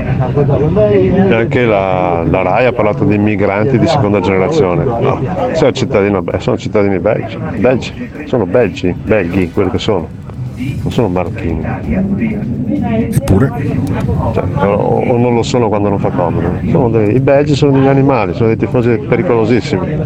E anche la, la RAI ha parlato di immigranti di seconda generazione. No, sei cittadino, beh, sono cittadini belgi. Belgi, sono belgi, belghi, quelli che sono. Non sono marocchini. Eppure? Cioè, o, o non lo sono quando non fa comodo. Sono dei, i belgi sono degli animali, sono dei tifosi pericolosissimi.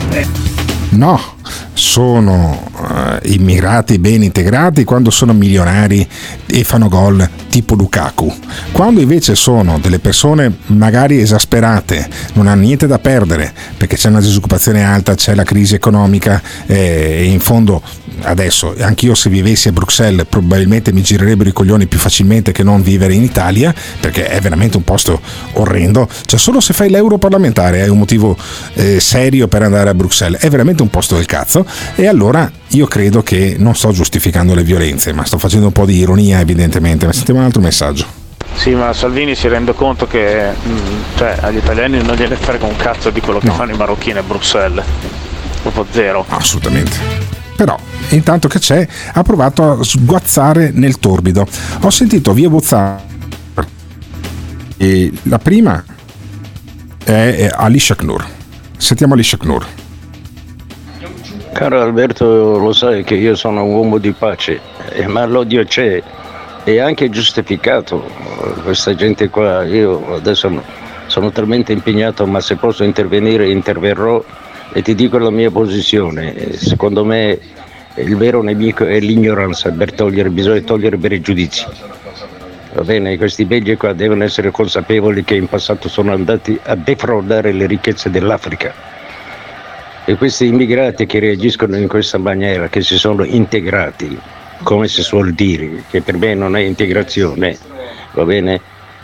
No, sono uh, immigrati ben integrati quando sono milionari e fanno gol tipo Lukaku. Quando invece sono delle persone magari esasperate, non hanno niente da perdere perché c'è una disoccupazione alta, c'è la crisi economica eh, e in fondo adesso anch'io se vivessi a Bruxelles probabilmente mi girerebbero i coglioni più facilmente che non vivere in Italia, perché è veramente un posto orrendo. Cioè solo se fai l'europarlamentare hai un motivo eh, serio per andare a Bruxelles, è veramente un posto del cazzo. E allora io credo che non sto giustificando le violenze, ma sto facendo un po' di ironia evidentemente. Ma sentiamo un altro messaggio. Sì, ma Salvini si rende conto che mh, cioè, agli italiani non gliene frega un cazzo di quello che no. fanno i marocchini a Bruxelles, proprio zero. Assolutamente. Però intanto che c'è ha provato a sguazzare nel torbido. Ho sentito via WhatsApp e la prima è Ali Shaknour. Sentiamo Ali Shaknour. Caro Alberto, lo sai che io sono un uomo di pace, eh, ma l'odio c'è, è anche giustificato. Questa gente qua, io adesso sono talmente impegnato, ma se posso intervenire interverrò e ti dico la mia posizione. Secondo me il vero nemico è l'ignoranza, per togliere, bisogna togliere pregiudizi. Va bene, questi belgi qua devono essere consapevoli che in passato sono andati a defraudare le ricchezze dell'Africa. E questi immigrati che reagiscono in questa maniera, che si sono integrati, come si suol dire, che per me non è integrazione, va bene?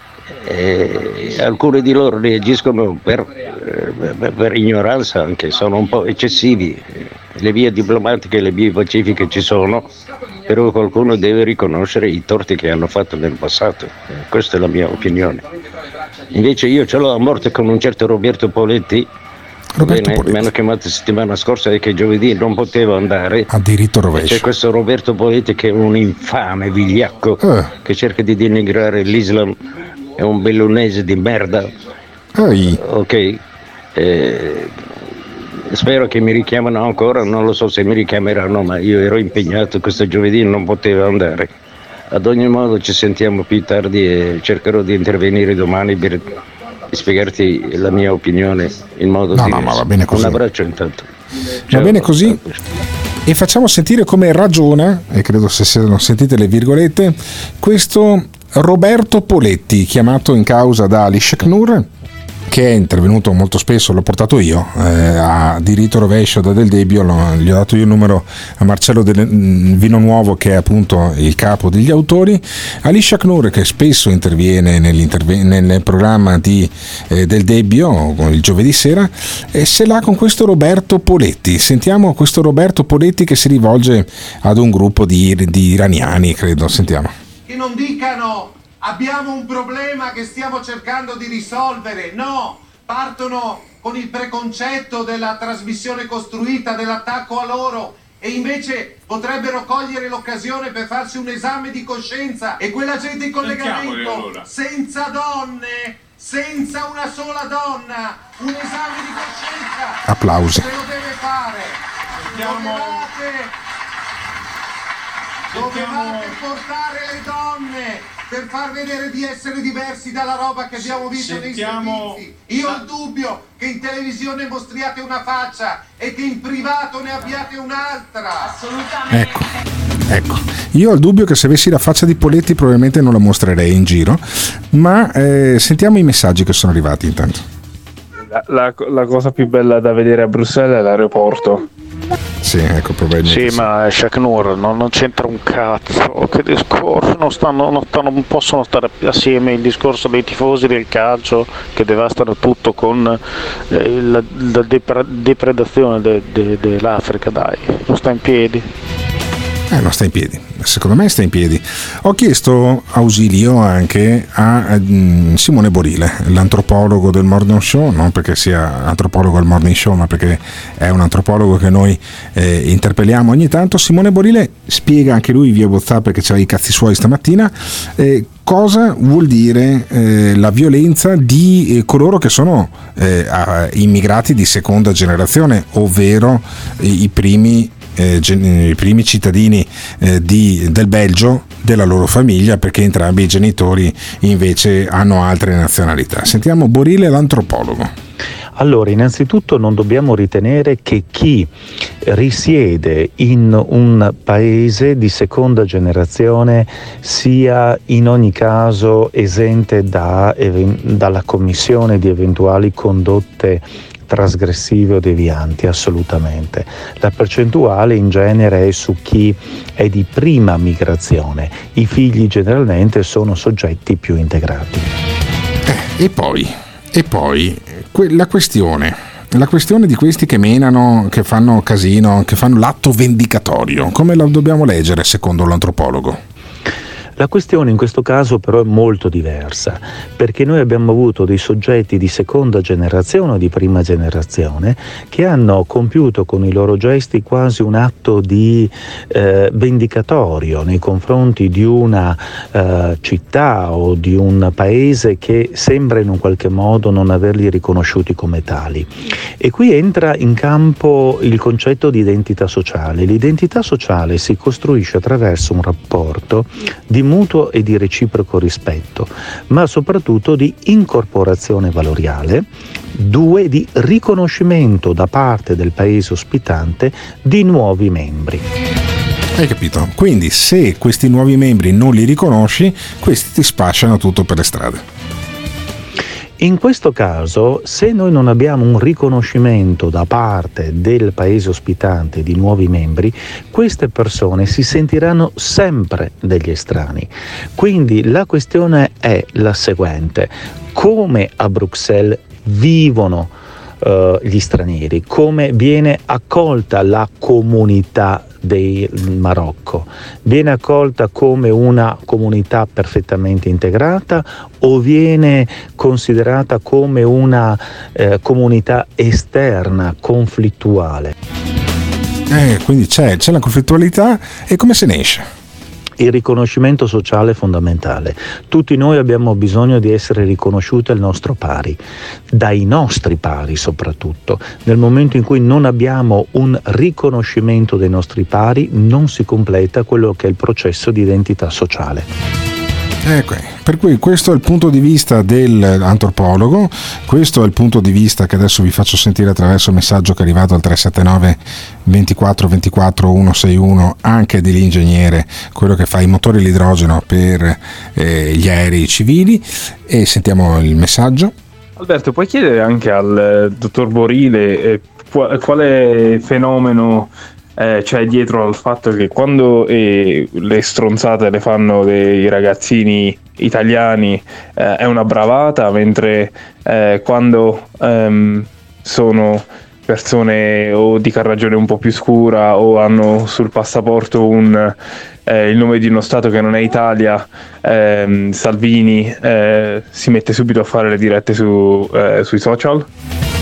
Eh, alcuni di loro reagiscono per, eh, per ignoranza, anche sono un po' eccessivi. Le vie diplomatiche e le vie pacifiche ci sono, però qualcuno deve riconoscere i torti che hanno fatto nel passato. Eh, questa è la mia opinione. Invece io ce l'ho a morte con un certo Roberto Poletti. Bene, mi hanno chiamato settimana scorsa e che giovedì non potevo andare. A diritto rovescio. C'è questo Roberto Poletti che è un infame vigliacco eh. che cerca di denigrare l'Islam, è un bellunese di merda. Ehi. Ok, eh, spero che mi richiamano ancora, non lo so se mi richiameranno, ma io ero impegnato questo giovedì e non potevo andare. Ad ogni modo ci sentiamo più tardi e cercherò di intervenire domani per spiegarti la mia opinione in modo no, diverso. No, ma va bene così. Un abbraccio intanto. Ciao. Va bene così. E facciamo sentire come ragiona, e credo se siano sentite le virgolette, questo Roberto Poletti, chiamato in causa da Ali Shaknour, che è intervenuto molto spesso, l'ho portato io eh, a diritto rovescio da Del Debbio, gli ho dato io il numero a Marcello del Vino Nuovo, che è appunto il capo degli autori, Ali Shaknour, che spesso interviene nel programma di eh, Del Debbio il giovedì sera, e se l'ha con questo Roberto Poletti. Sentiamo questo Roberto Poletti che si rivolge ad un gruppo di, di iraniani, credo. Sentiamo. Che non dicano abbiamo un problema che stiamo cercando di risolvere, no, partono con il preconcetto della trasmissione costruita, dell'attacco a loro, e invece potrebbero cogliere l'occasione per farsi un esame di coscienza, e quella gente in collegamento allora. senza donne, senza una sola donna, un esame di coscienza. Applausi. Se lo deve fare. Potevate Dovevate portare le donne per far vedere di essere diversi dalla roba che abbiamo visto Sentiamo... nei servizi. Io ho il dubbio che in televisione mostriate una faccia e che in privato ne abbiate un'altra. Assolutamente. Ecco, ecco. Io ho il dubbio che se avessi la faccia di Poletti probabilmente non la mostrerei in giro, ma eh, sentiamo i messaggi che sono arrivati intanto. La, la, la cosa più bella da vedere a Bruxelles è l'aeroporto. Sì, ecco, probabilmente. Sì, ma Shaq Noor non, non c'entra un cazzo. Che discorso? Non, stanno, non, stanno, non possono stare assieme il discorso dei tifosi del calcio che devastano tutto con eh, la, la depre- depredazione de, de, dell'Africa, dai, non sta in piedi. Eh, non sta in piedi, secondo me sta in piedi. Ho chiesto ausilio anche a mm, Simone Borile, l'antropologo del Morning Show, non perché sia antropologo al Morning Show, ma perché è un antropologo che noi eh, interpelliamo ogni tanto. Simone Borile spiega anche lui via WhatsApp, perché c'ha i cazzi suoi stamattina, eh, cosa vuol dire eh, la violenza di eh, coloro che sono eh, immigrati di seconda generazione, ovvero eh, i primi Eh, gen- i primi cittadini eh, di, del Belgio, della loro famiglia, perché entrambi i genitori invece hanno altre nazionalità. Sentiamo Borile, l'antropologo. Allora, innanzitutto non dobbiamo ritenere che chi risiede in un paese di seconda generazione sia in ogni caso esente da, dalla commissione di eventuali condotte trasgressive o devianti, assolutamente. La percentuale in genere è su chi è di prima migrazione. I figli generalmente sono soggetti più integrati. Eh, e poi, e poi que- la questione, la questione di questi che menano, che fanno casino, che fanno l'atto vendicatorio, come la dobbiamo leggere secondo l'antropologo? La questione in questo caso però è molto diversa, perché noi abbiamo avuto dei soggetti di seconda generazione o di prima generazione che hanno compiuto con i loro gesti quasi un atto di eh, vendicatorio nei confronti di una eh, città o di un paese che sembra in un qualche modo non averli riconosciuti come tali. E qui entra in campo il concetto di identità sociale. L'identità sociale si costruisce attraverso un rapporto di mutuo e di reciproco rispetto, ma soprattutto di incorporazione valoriale, due, di riconoscimento da parte del paese ospitante di nuovi membri. Hai capito? Quindi se questi nuovi membri non li riconosci, questi ti spacciano tutto per le strade. In questo caso, se noi non abbiamo un riconoscimento da parte del paese ospitante di nuovi membri, queste persone si sentiranno sempre degli estranei. Quindi la questione è la seguente: come a Bruxelles vivono uh, gli stranieri, come viene accolta la comunità del Marocco? Viene accolta come una comunità perfettamente integrata o viene considerata come una eh, comunità esterna, conflittuale? Eh, quindi c'è, c'è la conflittualità, e come se ne esce? Il riconoscimento sociale è fondamentale. Tutti noi abbiamo bisogno di essere riconosciuti al nostro pari, dai nostri pari soprattutto. Nel momento in cui non abbiamo un riconoscimento dei nostri pari, non si completa quello che è il processo di identità sociale. Ecco, per cui questo è il punto di vista dell'antropologo, questo è il punto di vista che adesso vi faccio sentire attraverso il messaggio che è arrivato al tre sette nove ventiquattro ventiquattro centosessantuno, anche dell'ingegnere, quello che fa i motori all'idrogeno per eh, gli aerei civili, e sentiamo il messaggio. Alberto, puoi chiedere anche al eh, dottor Borile eh, qual- quale fenomeno Eh, c'è dietro al fatto che quando eh, le stronzate le fanno dei ragazzini italiani eh, è una bravata, mentre eh, quando ehm, sono persone o di carnagione un po' più scura o hanno sul passaporto un, eh, il nome di uno stato che non è Italia, ehm, Salvini eh, si mette subito a fare le dirette su, eh, sui social?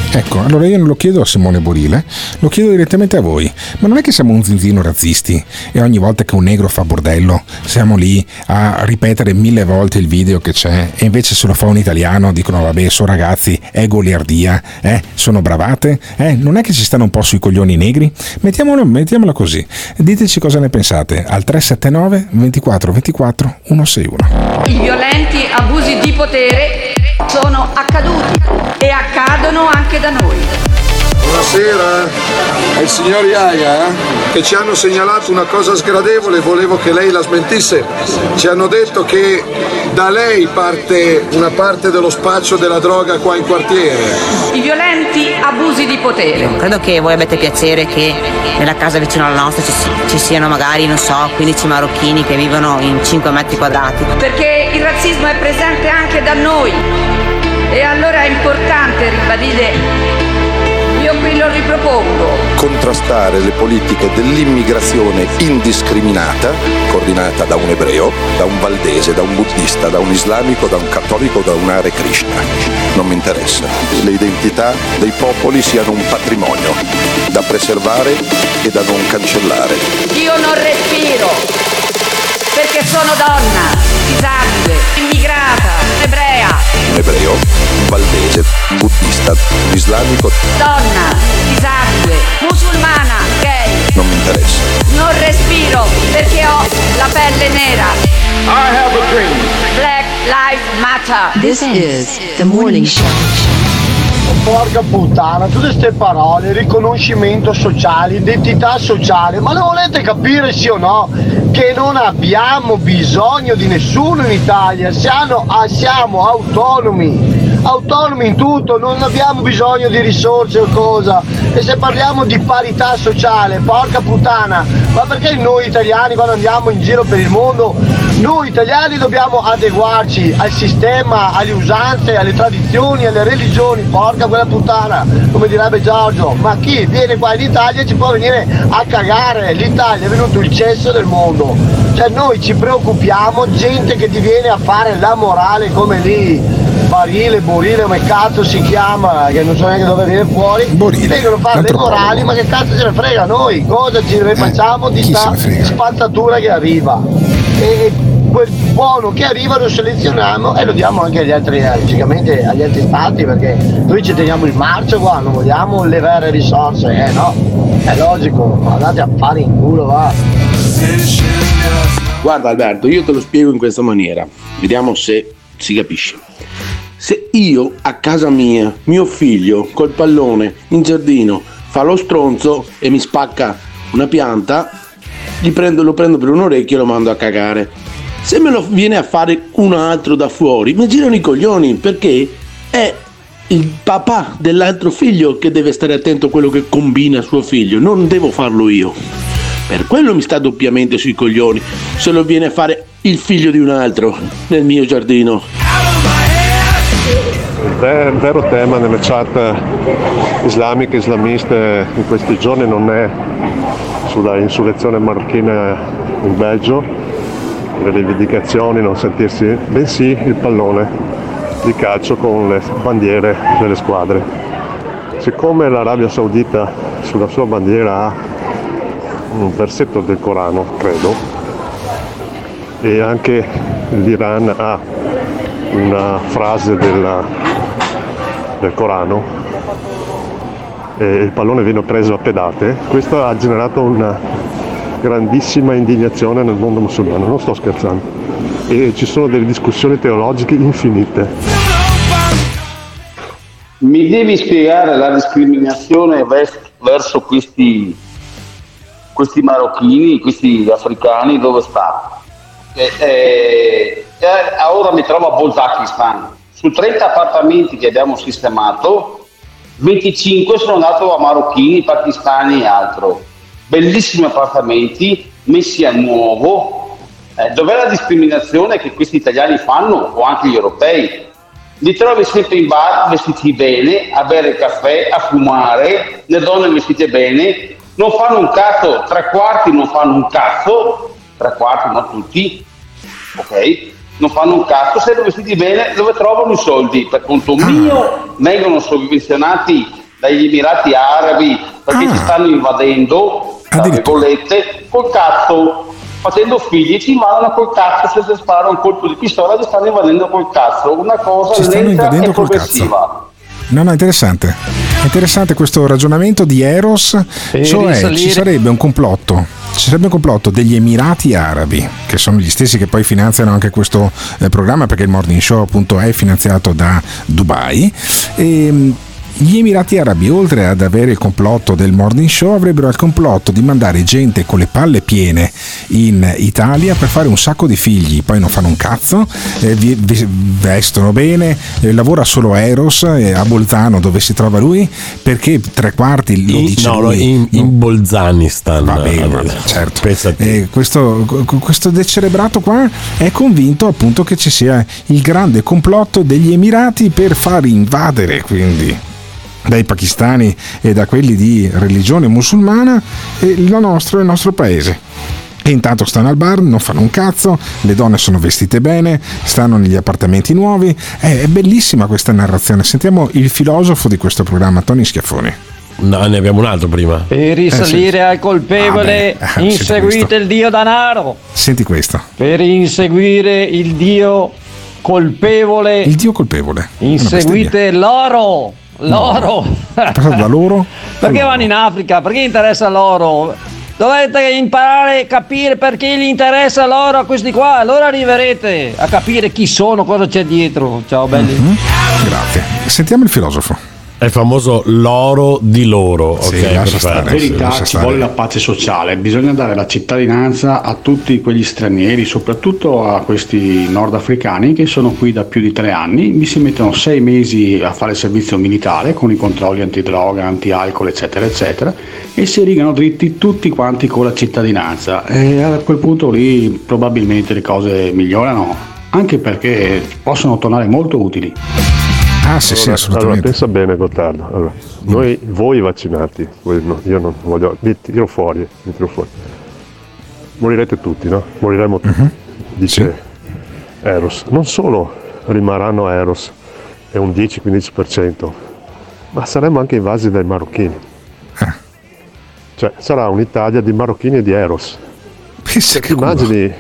Ecco, allora io non lo chiedo a Simone Borile, lo chiedo direttamente a voi. Ma non è che siamo un zinzino razzisti e ogni volta che un negro fa bordello siamo lì a ripetere mille volte il video che c'è, e invece se lo fa un italiano dicono vabbè, sono ragazzi, è goliardia, eh? Sono bravate, eh? Non è che ci stanno un po' sui coglioni i negri? Mettiamolo, mettiamola così. Diteci cosa ne pensate al tre sette nove ventiquattro ventiquattro centosessantuno. I violenti abusi di potere sono accaduti e accadono anche da noi. Buonasera, è il signor Iaia eh? che ci hanno segnalato una cosa sgradevole e volevo che lei la smentisse. Ci hanno detto che da lei parte una parte dello spaccio della droga qua in quartiere. I violenti abusi di potere. Credo che voi abbiate piacere che nella casa vicino alla nostra ci, ci siano magari, non so, quindici marocchini che vivono in cinque metri quadrati. Perché il razzismo è presente anche da noi e allora è importante ribadire. Io qui lo ripropongo. Contrastare le politiche dell'immigrazione indiscriminata, coordinata da un ebreo, da un valdese, da un buddista, da un islamico, da un cattolico, da un Hare Krishna. Non mi interessa. Le identità dei popoli siano un patrimonio da preservare e da non cancellare. Io non respiro perché sono donna, disabile, immigrata, ebrea. Un ebreo, un valdese, un buddista, un islamico. Donna, disabile, musulmana, gay. Non mi interessa. Non respiro perché ho la pelle nera. I have a dream. Black Lives Matter. This is the morning show. Porca puttana, tutte queste parole, riconoscimento sociale, identità sociale, ma lo volete capire sì o no? Che non abbiamo bisogno di nessuno in Italia, siamo, siamo autonomi, autonomi in tutto, non abbiamo bisogno di risorse o cosa. E se parliamo di parità sociale, porca puttana, ma perché noi italiani quando andiamo in giro per il mondo, noi italiani dobbiamo adeguarci al sistema, alle usanze, alle tradizioni, alle religioni, porca quella puttana, come direbbe Giorgio, ma chi viene qua in Italia ci può venire a cagare, l'Italia è venuto il cesso del mondo, cioè noi ci preoccupiamo, gente che ti viene a fare la morale come lì, Barile, Borile, come cazzo si chiama, che non so neanche dove viene fuori, Borile, vengono a fare le morali, ma che cazzo ce ne frega noi, cosa ci ne facciamo di sta spazzatura che arriva, e quel buono che arriva lo selezioniamo e lo diamo anche agli altri, logicamente agli altri stati, perché noi ci teniamo il marcio qua, non vogliamo le vere risorse, eh no, è logico, andate a fare in culo, va. Guarda Alberto, io te lo spiego in questa maniera, vediamo se si capisce. Se io a casa mia, mio figlio col pallone in giardino fa lo stronzo e mi spacca una pianta, gli prendo, lo prendo per un orecchio e lo mando a cagare. Se me lo viene a fare un altro da fuori, mi girano i coglioni, perché è il papà dell'altro figlio che deve stare attento a quello che combina suo figlio, non devo farlo io. Per quello mi sta doppiamente sui coglioni, se lo viene a fare il figlio di un altro nel mio giardino. Il vero tema nelle chat islamiche, islamiste in questi giorni non è sulla insurrezione marocchina in Belgio, le rivendicazioni, non sentirsi, bensì il pallone di calcio con le bandiere delle squadre. Siccome l'Arabia Saudita sulla sua bandiera ha un versetto del Corano, credo, e anche l'Iran ha una frase della, del Corano, e il pallone viene preso a pedate, questo ha generato una grandissima indignazione nel mondo musulmano, non sto scherzando, e ci sono delle discussioni teologiche infinite. Mi devi spiegare la discriminazione verso questi, questi marocchini, questi africani, dove sta? Eh, eh, ora mi trovo a Bolzakistan, su trenta appartamenti che abbiamo sistemato, venticinque sono andati a marocchini, pakistani e altro. Bellissimi appartamenti messi a nuovo. Eh, dov'è la discriminazione che questi italiani fanno, o anche gli europei? Li trovi sempre in bar vestiti bene, a bere caffè, a fumare, le donne vestite bene, non fanno un cazzo, tre quarti non fanno un cazzo, tre quarti non tutti, ok? Non fanno un cazzo, sempre vestiti bene, dove trovano i soldi? Per conto mio vengono sovvenzionati dagli Emirati Arabi perché Ah. ci stanno invadendo, tra virgolette, col cazzo, facendo figli, ci invadono col cazzo senza sparare un colpo di pistola, ci stanno invadendo col cazzo, una cosa Ci stanno lenta invadendo e col progressiva. No, no, interessante. Interessante questo ragionamento di Eros, Per cioè risalire- ci sarebbe un complotto, ci sarebbe un complotto degli Emirati Arabi, che sono gli stessi che poi finanziano anche questo eh, programma, perché il Morning Show appunto è finanziato da Dubai. E, gli Emirati Arabi, oltre ad avere il complotto del Morning Show, avrebbero il complotto di mandare gente con le palle piene in Italia per fare un sacco di figli, poi non fanno un cazzo, eh, vi- vi- vestono bene, eh, lavora solo Eros eh, a Bolzano dove si trova lui, perché tre quarti lo In- dice no, lui. in, in Bolzanistan. Vabbè, vabbè, certo. Eh, questo, questo decerebrato qua è convinto appunto che ci sia il grande complotto degli Emirati per far invadere quindi dai pakistani e da quelli di religione musulmana e la nostra, il nostro paese. E intanto stanno al bar, non fanno un cazzo, le donne sono vestite bene, stanno negli appartamenti nuovi. È, è bellissima questa narrazione. Sentiamo il filosofo di questo programma, Tony Schiaffoni. No, ne abbiamo un altro prima. Per risalire Eh, sì. al colpevole, Ah, beh, inseguite senti il dio danaro. Senti questo. Per inseguire il dio colpevole, Il dio colpevole. inseguite l'oro. L'oro. È passato da loro? Perché vanno in Africa? Perché interessa l'oro? Dovete imparare a capire perché gli interessa l'oro a questi qua. Allora arriverete a capire chi sono, cosa c'è dietro. Ciao belli. Mhm. Grazie. Sentiamo il filosofo. È il famoso l'oro di loro. Sì, ok, lascia perfetto. stare. In verità lascia ci stare. vuole la pace sociale, bisogna dare la cittadinanza a tutti quegli stranieri, soprattutto a questi nordafricani che sono qui da più di tre anni, mi si mettono sei mesi a fare il servizio militare con i controlli antidroga, anti-alcol eccetera eccetera e si rigano dritti tutti quanti con la cittadinanza e a quel punto lì probabilmente le cose migliorano, anche perché possono tornare molto utili. Ah sì, sì, Allora, assolutamente. allora, pensa bene, Gottardo. Allora, noi, voi vaccinati, voi no, io non voglio, mi tiro fuori, mi tiro fuori. Morirete tutti, no? Moriremo tutti, dice Eros. Non solo rimarranno Eros e un dieci-quindici per cento, ma saremo anche invasi dai marocchini. Cioè, sarà un'Italia di marocchini e di Eros. Pensa che immagini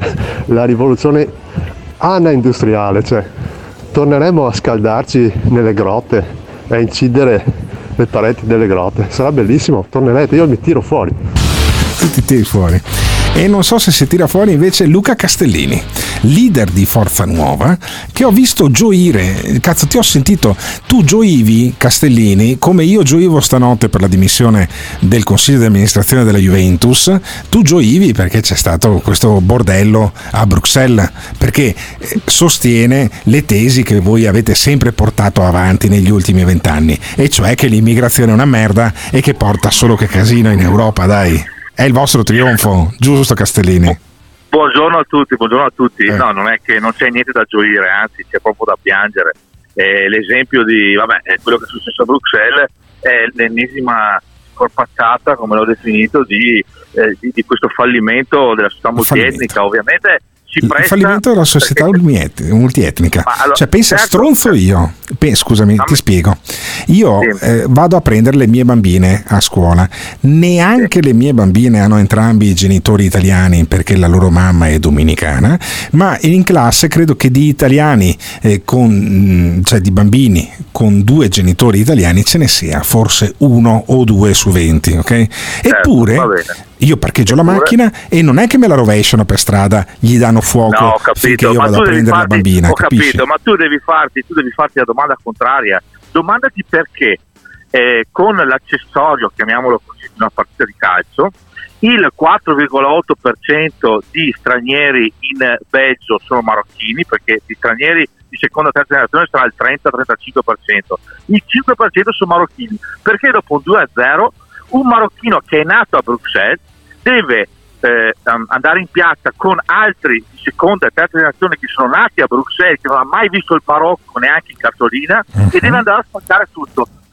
la rivoluzione ana-industriale, cioè torneremo a scaldarci nelle grotte e a incidere le pareti delle grotte. Sarà bellissimo, tornerete, io mi tiro fuori. Tu ti tiri fuori. E non so se si tira fuori invece Luca Castellini, leader di Forza Nuova, che ho visto gioire. Cazzo, ti ho sentito, tu gioivi, Castellini, come io gioivo stanotte per la dimissione del consiglio di amministrazione della Juventus. Tu gioivi perché c'è stato questo bordello a Bruxelles, perché eh, sostiene le tesi che voi avete sempre portato avanti negli ultimi vent'anni, e cioè che l'immigrazione è una merda e che porta solo che casino in Europa, dai. È il vostro trionfo, giusto Castellini? Buongiorno a tutti, buongiorno a tutti. No, non è che non c'è niente da gioire, anzi c'è proprio da piangere. Eh, l'esempio di, vabbè, è quello che è successo a Bruxelles è l'ennesima scorpacciata, come l'ho definito, di, eh, di, di questo fallimento della società multietnica. Ovviamente si Il presta fallimento della società multiet- multietnica. Ma allora, Cioè, pensa, certo, stronzo io. Pe- scusami, ti spiego. Io eh, vado a prendere le mie bambine a scuola. Neanche le mie bambine hanno entrambi i genitori italiani perché la loro mamma è dominicana, ma in classe credo che di italiani, eh, con, cioè di bambini con due genitori italiani, ce ne sia forse uno o due su venti, ok? Eppure va bene. io parcheggio la macchina e non è che me la rovesciano per strada, gli danno fuoco No, ho finché capito, io ma vado tu a devi prendere farti, la bambina, ho capisci? capito, ma tu devi farti, tu devi farti la domanda contraria. Domandati perché eh, con l'accessorio, chiamiamolo così, di una partita di calcio, il quattro virgola otto per cento di stranieri in Belgio sono marocchini, perché di stranieri di seconda e terza generazione sarà il trenta trentacinque per cento, il cinque per cento sono marocchini, perché dopo un due a zero un marocchino che è nato a Bruxelles deve eh, andare in piazza con altri di seconda e terza generazione che sono nati a Bruxelles, che non ha mai visto il Marocco neanche in cartolina, uh-huh. e deve andare a spaccare tutto.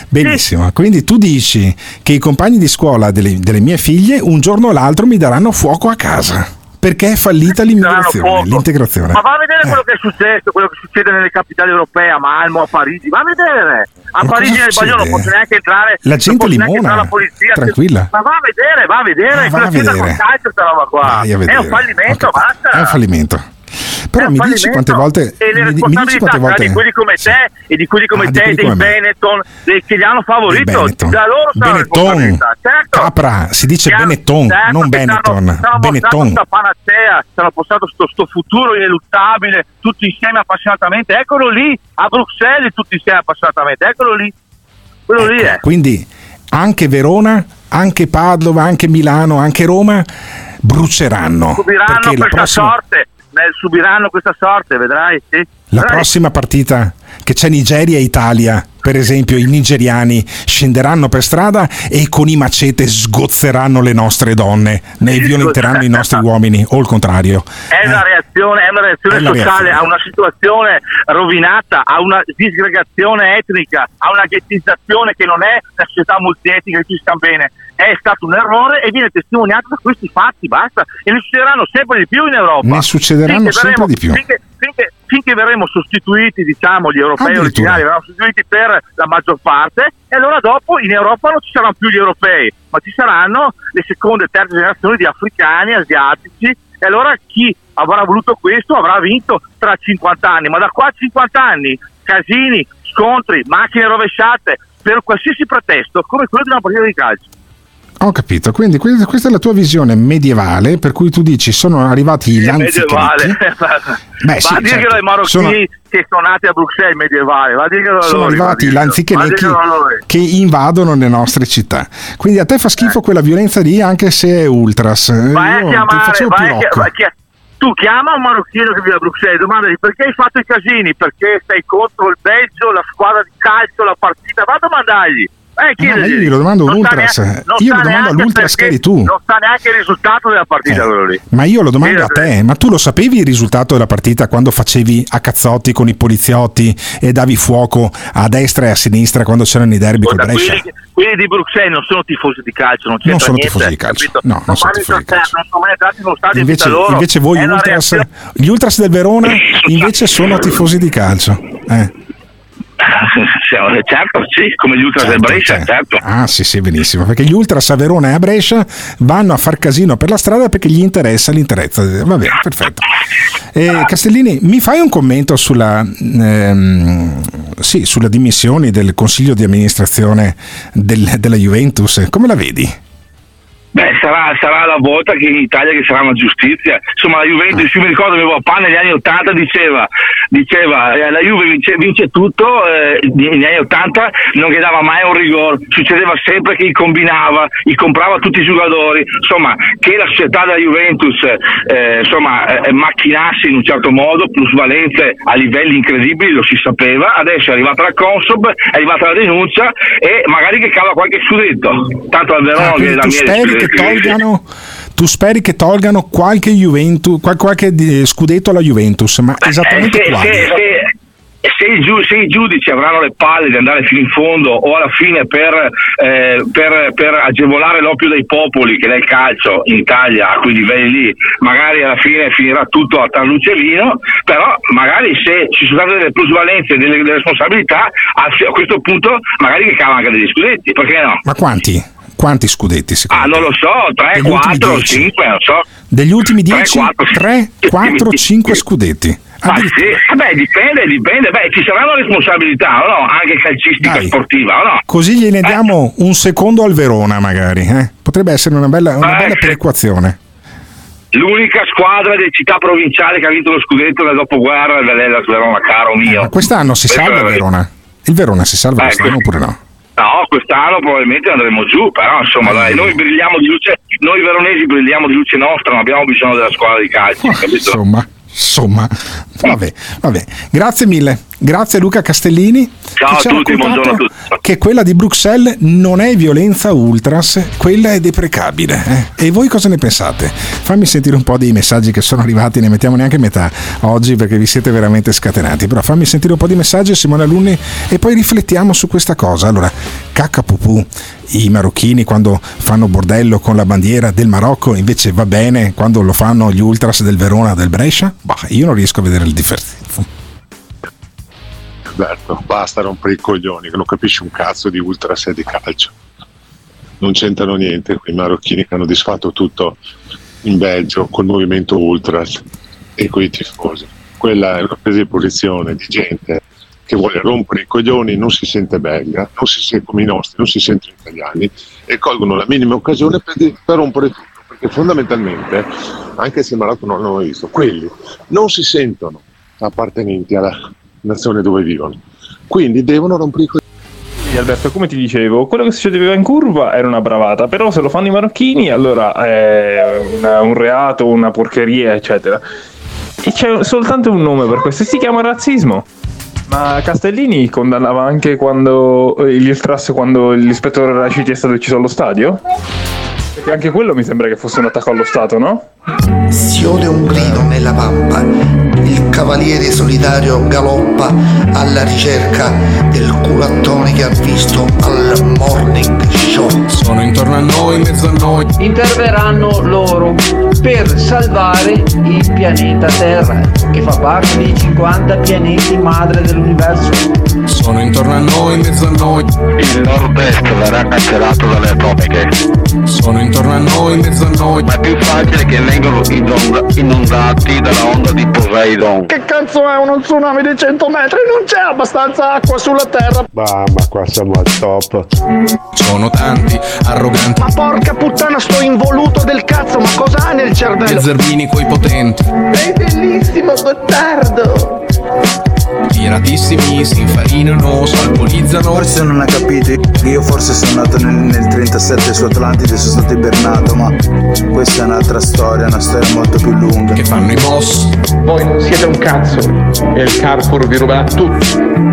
Benissimo, quindi tu dici che i compagni di scuola delle, delle mie figlie un giorno o l'altro mi daranno fuoco a casa. perché è fallita l'immigrazione, l'integrazione. Ma va a vedere Eh. quello che è successo, quello che succede nelle capitali europee, a Malmo, a Parigi, va a vedere. A Ma Parigi cosa nel Baglione non succede? posso neanche entrare. La gente non posso neanche limona, entrare alla polizia. tranquilla. Ma va a vedere, va a vedere, Ah, va cosa a c'entra vedere. col calcio sta roba qua? Vai a È vedere. un fallimento, Ho capito. basta. È un fallimento. Però È un mi dici fallimento. quante volte e le mi, mi dici responsabilità quante volte di quelli come te e di quelli come Ah, di te quelli dei come me. Benetton dei, che li hanno favorito, Benetton. da loro sarà la Benetton. responsabilità, certo. Capra, si dice Che hanno- Benetton, certo, non che Benetton, stanno- stanno Benetton. portando sta panacea, stanno portando sto, sto futuro ineluttabile tutti insieme appassionatamente, eccolo lì a Bruxelles, tutti insieme appassionatamente, eccolo lì, quello lì è. Quindi anche Verona, anche Padova, anche Milano, anche Roma bruceranno. Subiranno perché la questa prossima, sorte, nel- subiranno questa sorte, vedrai, sì. la Vedrai. prossima partita che c'è Nigeria e Italia, per esempio, i nigeriani scenderanno per strada e con i macete sgozzeranno le nostre donne, ne violenteranno i nostri uomini, o il contrario. È una reazione, è una reazione È una sociale reazione. a una situazione rovinata, a una disgregazione etnica, a una ghettizzazione che non è una società multietnica che ci sta bene. È stato un errore e viene testimoniato da questi fatti, basta. E ne succederanno sempre di più in Europa. Ne succederanno Finché sempre verremo- di più. Finché, finché, finché verremo sostituiti, diciamo, gli europei Addirittura. originali verranno sostituiti per la maggior parte, e allora dopo in Europa non ci saranno più gli europei, ma ci saranno le seconde e terze generazioni di africani, asiatici, e allora chi avrà voluto questo avrà vinto tra cinquanta anni, ma da qua a cinquanta anni casini, scontri, macchine rovesciate per qualsiasi pretesto, come quello di una partita di calcio. Ho capito, quindi que- questa è la tua visione medievale, per cui tu dici sono arrivati i È lanzichenecchi. medievale. Beh, va sì, a dire certo. che i marocchini Sono- che sono nati a Bruxelles medievale, va a dire che lo sono loro, va a arrivati i dirlo. lanzichenecchi Va a dirlo loro. che invadono le nostre città. Quindi a te fa schifo Eh. quella violenza lì, anche se è ultras. Vai a Io ti chiamare, facevo più vai a chi- rock. vai a chi- tu chiama un marocchino che vive a Bruxelles, domandagli perché hai fatto i casini, perché sei contro il Belgio, la squadra di calcio, la partita, va a domandargli. Eh, No, ma chiedegli. io glielo domando Non sa all'ultras. neanche- non Io sa lo domando neanche all'ultras che perché- eri tu. Non sa neanche il risultato della partita, quello lì. Ma io lo domando a Chiedete. te, ma tu lo sapevi il risultato della partita quando facevi a cazzotti con i poliziotti e davi fuoco a destra e a sinistra quando c'erano i derby col Guarda, Brescia? quelli, quelli di Bruxelles non sono tifosi di calcio, non c'entra Non sono niente, tifosi di calcio, capito? no, non sono vanno tifosi in trasferta, non sono mai entrati nello stadio in Invece, vita loro. invece voi È una ultras, reazione- gli ultras del Verona invece sono tifosi di calcio. Eh. Certo, sì, come gli ultras del Brescia, certo. Ah sì sì, benissimo, perché gli ultras a Verona e a Brescia vanno a far casino per la strada perché gli interessa l'interezza. Va bene, perfetto. Eh, Castellini, mi fai un commento sulla ehm, sì, sulle dimissioni del consiglio di amministrazione del- della Juventus? Come la vedi? Beh, sarà, sarà la volta che in Italia che sarà una giustizia. Insomma, la Juventus, io mi ricordo che mio papà negli anni ottanta diceva, diceva eh, la Juve vince, vince tutto, eh, negli anni ottanta non chiedeva mai un rigore, succedeva sempre che combinava, gli comprava tutti i giocatori, insomma, che la società della Juventus eh, insomma, eh, macchinasse in un certo modo, plusvalenze a livelli incredibili, lo si sapeva. Adesso è arrivata la Consob, è arrivata la denuncia e magari che cava qualche scudetto, tanto al Verona Ah, che quindi la tu mia speri che tolgano tu speri che tolgano qualche Juventus, qual- qualche eh, scudetto alla Juventus, ma esattamente Eh, se, quali? se, se, se, i giu- se i giudici avranno le palle di andare fino in fondo o alla fine per, eh, per, per agevolare l'oppio dei popoli che è il calcio in Italia a quei livelli lì, magari alla fine finirà tutto a tal luce vino, però magari se ci sono state delle plusvalenze e delle, delle responsabilità a, a questo punto magari che cavano anche degli scudetti, perché no? Ma quanti? Quanti scudetti secondo Ah, non lo so, tre, Degli ultimi quattro, dieci. cinque, non so. Degli ultimi Tre, dieci, quattro, tre, quattro, cinque scudetti. Ma sì, eh beh, dipende, dipende, beh, ci saranno responsabilità, o no? Anche calcistica, Dai. sportiva, o no? Così gliene diamo un secondo al Verona magari, eh? Potrebbe essere una bella, una Eh, bella sì. perequazione. L'unica squadra di città provinciale che ha vinto lo scudetto nel dopoguerra è la Verona, caro mio. Ma quest'anno si Questo salva è- il Verona? Il Verona si salva Eh, quest'anno oppure no? No, quest'anno probabilmente andremo giù, però insomma dai, noi brilliamo di luce, noi veronesi brilliamo di luce nostra, non abbiamo bisogno della squadra di calcio, capito? Insomma, insomma, vabbè, vabbè. Grazie mille. Grazie a Luca Castellini. Ciao a tutti, buongiorno a tutti. Che quella di Bruxelles non è violenza ultras, quella è deprecabile. Eh? E voi cosa ne pensate? Fammi sentire un po' dei messaggi che sono arrivati, ne mettiamo neanche metà oggi perché vi siete veramente scatenati, però fammi sentire un po' di messaggi, Simone Alunni, e poi riflettiamo su questa cosa. Allora, cacca pupù, i marocchini quando fanno bordello con la bandiera del Marocco invece va bene quando lo fanno gli ultras del Verona, del Brescia? Bah, io non riesco a vedere il differenza. Alberto, basta rompere i coglioni, che non capisci un cazzo di ultras e di calcio. Non c'entrano niente quei marocchini che hanno disfatto tutto in Belgio col movimento ultras e con i tifosi. Quella è una presa di posizione di gente che vuole rompere i coglioni, non si sente belga, non si sente come i nostri, non si sentono italiani e colgono la minima occasione per, di, per rompere tutto, perché fondamentalmente, anche se il Marocco non l'hanno visto, quelli non si sentono appartenenti alla nazione dove vivono, quindi devono rompere i coglioni. Alberto, come ti dicevo, quello che succedeva in curva era una bravata, però se lo fanno i marocchini allora è una, un reato, una porcheria, eccetera. E c'è soltanto un nome per questo, si chiama razzismo. Ma Castellini condannava anche quando gli ultras, quando l'ispettore Raciti è stato ucciso allo stadio? Perché anche quello mi sembra che fosse un attacco allo Stato, no? Si ode un grido nella pampa, il cavaliere solitario galoppa alla ricerca del culattone che ha visto al morning show. Sono intorno a noi, in mezzo a noi. Interverranno loro per salvare il pianeta Terra, che fa parte dei cinquanta pianeti madre dell'universo. Sono intorno a noi, in mezzo a noi. Il nord-est verrà cancellato dalle atomiche. Sono intorno a noi, in mezzo a noi. Ma è più facile che vengano inondati dalla onda di Poseidon. Che cazzo è uno tsunami di cento metri? Non c'è abbastanza acqua sulla Terra. Bah, ma qua siamo al top. Sono tanti, arroganti. Ma porca puttana, sto involuto del cazzo, ma cosa ha nel cervello? E zerbini coi potenti. È bellissimo, Gottardo. Tiratissimi, si infarinano, salpolizzano. Forse non ha capito, io forse sono nato nel, nel trentasette su Atlantide, sono stato ibernato, ma questa è un'altra storia, una storia molto più lunga. Che fanno i boss? Voi non siete un cazzo e il Carrefour vi ruberà tutto.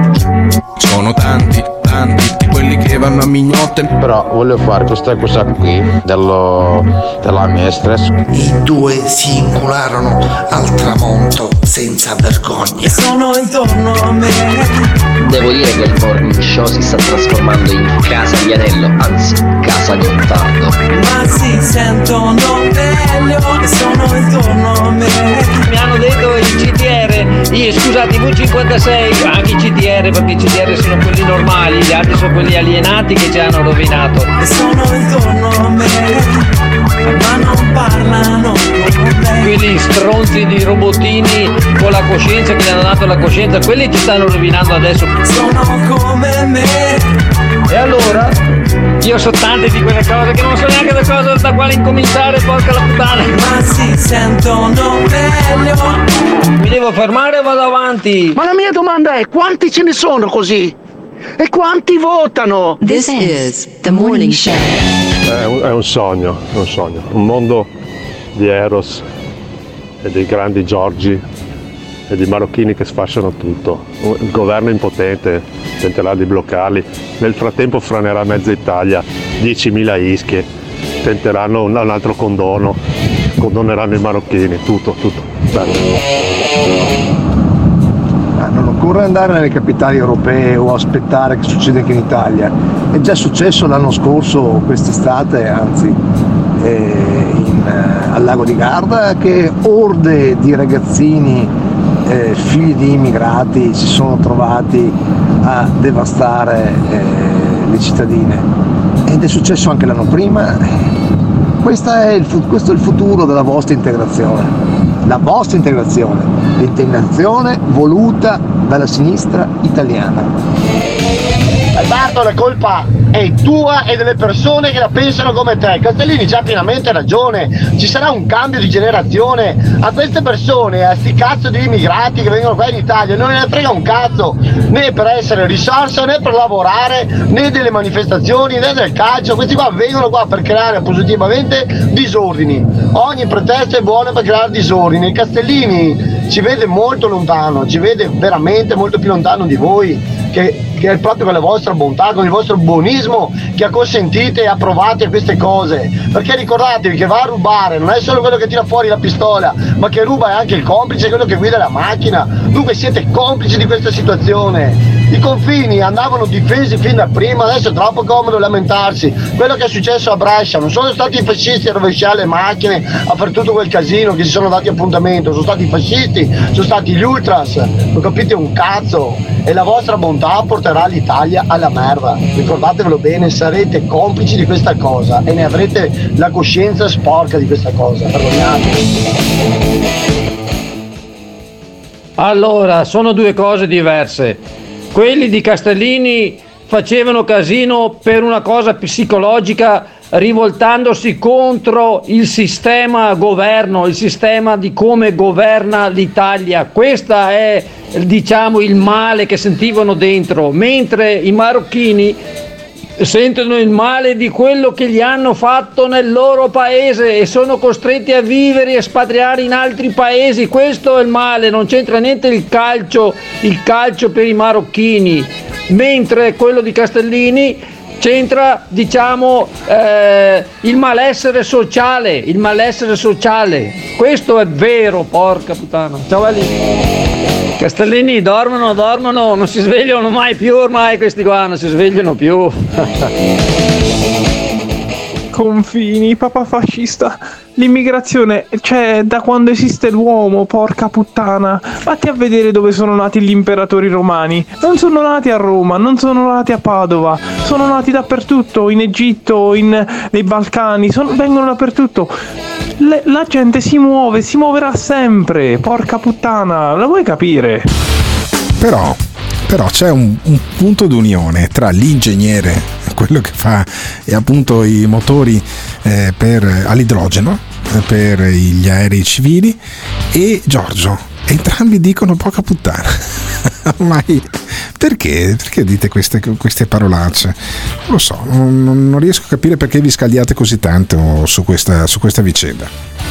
Sono tanti, tanti di quelli che vanno a mignotte. Però voglio fare questa cosa qui dello, della mistress. I due si incularono al tramonto senza vergogna. Sono intorno a me. Devo dire che il morning show si sta trasformando in casa Vianello, anzi casa Gottardo. Ma si sentono meglio e sono intorno a me. Mi hanno detto il C T R, io, scusate, i V cinquantasei, anche i C T R, perché i C T R sono quelli normali, gli altri sono quelli alienati che ci hanno rovinato. E sono intorno a me, ma non parlano con me. Quelli stronzi di robottini con la coscienza, che gli hanno dato la coscienza, quelli ci stanno rovinando adesso. Sono come me. E allora? Io so tante di quelle cose che non so neanche da cosa, da quale incominciare, porca la puttana. Ma si sentono meglio. Mi devo fermare o vado avanti? Ma la mia domanda è: quanti ce ne sono così? E quanti votano? This is the morning show. È un, è un sogno, è un sogno. Un mondo di Eros e dei grandi Giorgi e di marocchini che sfasciano tutto. Il governo impotente tenterà di bloccarli. Nel frattempo franerà mezza Italia, diecimila ischie, tenteranno un, un altro condono, condoneranno i marocchini, tutto, tutto. Bello. Non occorre andare nelle capitali europee o aspettare che succeda anche in Italia. È già successo l'anno scorso, quest'estate, anzi, eh, in, eh, al lago di Garda, che orde di ragazzini eh, figli di immigrati si sono trovati a devastare eh, le cittadine. Ed è successo anche l'anno prima. Questa è il, questo è il futuro della vostra integrazione. La vostra integrazione, l'integrazione voluta dalla sinistra italiana. Alberto, la colpa è tua e delle persone che la pensano come te. Castellini c'ha pienamente ragione, ci sarà un cambio di generazione. A queste persone, a sti cazzo di immigrati che vengono qua in Italia, non ne frega un cazzo, né per essere risorsa, né per lavorare, né delle manifestazioni, né del calcio. Questi qua vengono qua per creare positivamente disordini. Ogni pretesto è buono per creare disordini. Castellini ci vede molto lontano, ci vede veramente molto più lontano di voi, che, che è proprio con la vostra bontà, con il vostro buonismo che acconsentite e approvate queste cose. Perché ricordatevi che va a rubare non è solo quello che tira fuori la pistola, ma che ruba è anche il complice, quello che guida la macchina. Dunque siete complici di questa situazione. I confini andavano difesi fin da prima, adesso è troppo comodo lamentarsi. Quello che è successo a Brescia, non sono stati i fascisti a rovesciare le macchine, a fare tutto quel casino che si sono dati appuntamento, sono stati i fascisti, sono stati gli ultras, non capite un cazzo, e la vostra bontà porterà l'Italia alla merda. Ricordatevelo bene, sarete complici di questa cosa e ne avrete la coscienza sporca di questa cosa, vergognatevi. Allora, sono due cose diverse. Quelli di Castellini facevano casino per una cosa psicologica, rivoltandosi contro il sistema governo, il sistema di come governa l'Italia. Questo è, diciamo, il male che sentivano dentro, mentre i marocchini sentono il male di quello che gli hanno fatto nel loro paese e sono costretti a vivere e espatriare in altri paesi. Questo è il male, non c'entra niente il calcio, il calcio per i marocchini, mentre quello di Castellini c'entra, diciamo, eh, il malessere sociale, il malessere sociale. Questo è vero, porca puttana. Ciao Ali. Castellini dormono, dormono, non si svegliano mai più ormai, questi qua non si svegliano più. Confini, papà fascista, l'immigrazione c'è da quando esiste l'uomo, porca puttana. Vatti a vedere dove sono nati gli imperatori romani. Non sono nati a Roma, non sono nati a Padova, sono nati dappertutto, in Egitto, in, nei Balcani, sono, vengono dappertutto. Le, la gente si muove, si muoverà sempre, porca puttana, la vuoi capire? Però, però c'è un, un punto d'unione tra l'ingegnere, quello che fa e appunto i motori eh, per, all'idrogeno per gli aerei civili, e Giorgio. Entrambi dicono poca puttana. Ormai perché? Perché dite queste, queste parolacce? Non lo so, non, non riesco a capire perché vi scaldiate così tanto su questa, su questa vicenda.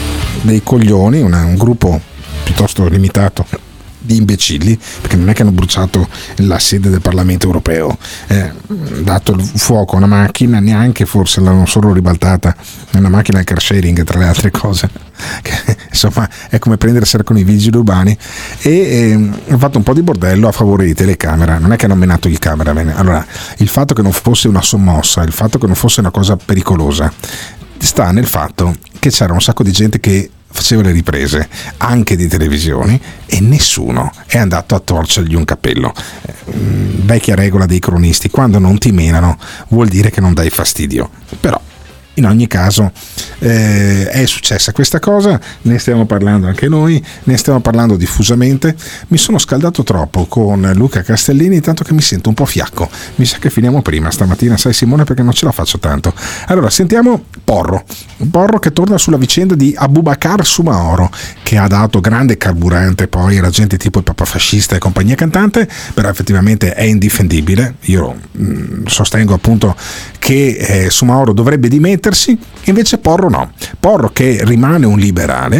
Dei coglioni, una, un gruppo piuttosto limitato di imbecilli, perché non è che hanno bruciato la sede del Parlamento europeo, eh, dato il fuoco a una macchina, neanche forse l'hanno solo ribaltata, una macchina al car sharing tra le altre cose, che, insomma è come prendersela con i vigili urbani, e eh, hanno fatto un po' di bordello a favore di telecamera. Non è che hanno menato il cameraman. Allora, il fatto che non fosse una sommossa, il fatto che non fosse una cosa pericolosa, sta nel fatto che c'era un sacco di gente che faceva le riprese anche di televisioni e nessuno è andato a torcergli un cappello. Eh, vecchia regola dei cronisti: quando non ti menano vuol dire che non dai fastidio. Però in ogni caso eh, è successa questa cosa, ne stiamo parlando anche noi, ne stiamo parlando diffusamente. Mi sono scaldato troppo con Luca Castellini, tanto che mi sento un po' fiacco. Mi sa che finiamo prima stamattina, sai Simone, perché non ce la faccio tanto. Allora sentiamo Porro Porro che torna sulla vicenda di Abubakar Soumahoro, che ha dato grande carburante poi alla gente tipo il Papa fascista e compagnia cantante, però effettivamente è indifendibile. Io mh, sostengo appunto che eh, Soumahoro dovrebbe dimettersi, invece Porro no. Porro, che rimane un liberale,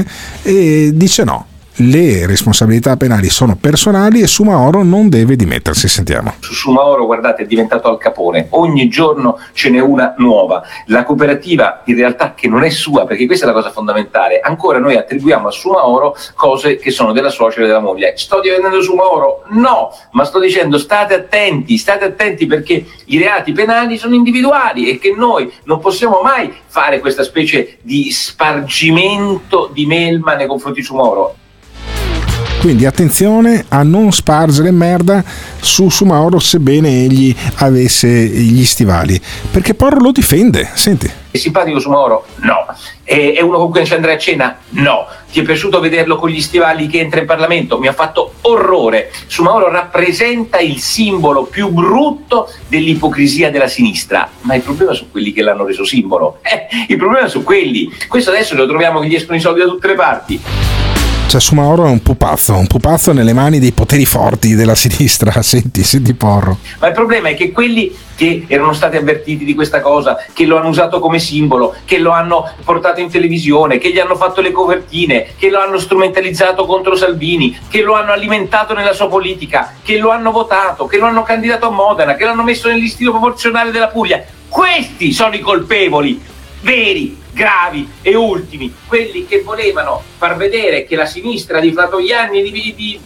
e dice no, le responsabilità penali sono personali e Soumahoro non deve dimettersi. Sentiamo. Su Soumahoro, guardate, è diventato Al Capone, ogni giorno ce n'è una nuova. La cooperativa in realtà che non è sua, perché questa è la cosa fondamentale, ancora noi attribuiamo a Soumahoro cose che sono della suocera e della moglie. Sto difendendo Soumahoro? No, ma sto dicendo state attenti, state attenti, perché i reati penali sono individuali e che noi non possiamo mai fare questa specie di spargimento di melma nei confronti di Soumahoro. Quindi attenzione a non spargere merda su, su Mauro, sebbene egli avesse gli stivali, perché Porro lo difende. Senti. È simpatico su Mauro? No. È, è uno con cui ci andrai a cena? No. Ti è piaciuto vederlo con gli stivali che entra in Parlamento? Mi ha fatto orrore. Su Mauro rappresenta il simbolo più brutto dell'ipocrisia della sinistra, ma il problema su quelli che l'hanno reso simbolo. Eh, il problema su quelli. Questo adesso lo troviamo che gli escono i soldi da tutte le parti. Cioè su Mauro è un pupazzo, un pupazzo nelle mani dei poteri forti della sinistra. Senti, senti Porro. Ma il problema è che quelli che erano stati avvertiti di questa cosa, che lo hanno usato come simbolo, che lo hanno portato in televisione, che gli hanno fatto le copertine, che lo hanno strumentalizzato contro Salvini, che lo hanno alimentato nella sua politica, che lo hanno votato, che lo hanno candidato a Modena, che l'hanno messo nel listino proporzionale della Puglia, questi sono i colpevoli veri, gravi e ultimi, quelli che volevano far vedere che la sinistra di Fratoianni di, di,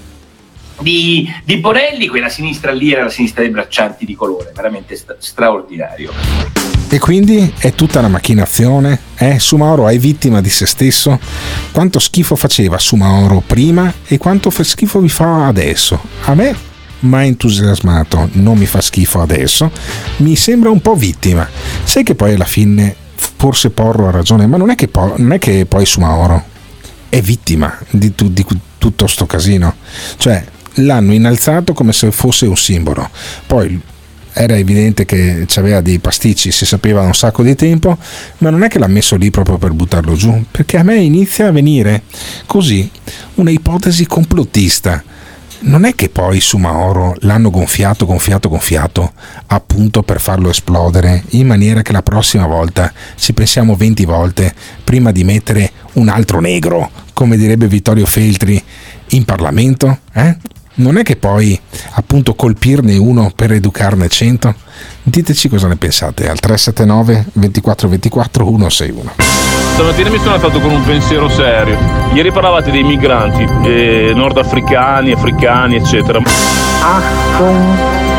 di, di Bonelli, quella sinistra lì era la sinistra dei braccianti di colore, veramente sta, straordinario. E quindi è tutta una macchinazione? Eh? Su Mauro è vittima di se stesso? Quanto schifo faceva su Mauro prima e quanto schifo vi fa adesso? A me mi ha entusiasmato, non mi fa schifo adesso, mi sembra un po' vittima. Sai che poi alla fine forse Porro ha ragione, ma non è che, po- non è che poi su Mauro è vittima di, tu- di tutto sto casino. Cioè l'hanno innalzato come se fosse un simbolo, poi era evidente che c'aveva dei pasticci, si sapeva da un sacco di tempo, ma non è che l'ha messo lì proprio per buttarlo giù, perché a me inizia a venire così una ipotesi complottista. Non è che poi su Mauro l'hanno gonfiato, gonfiato, gonfiato appunto per farlo esplodere, in maniera che la prossima volta ci pensiamo venti volte prima di mettere un altro negro, come direbbe Vittorio Feltri, in Parlamento? Eh? Non è che poi appunto colpirne uno per educarne cento? Diteci cosa ne pensate al tre sette nove ventiquattro ventiquattro centosessantuno. Stamattina mi sono alzato con un pensiero serio. Ieri parlavate dei migranti eh, nordafricani, africani, eccetera. Achtung,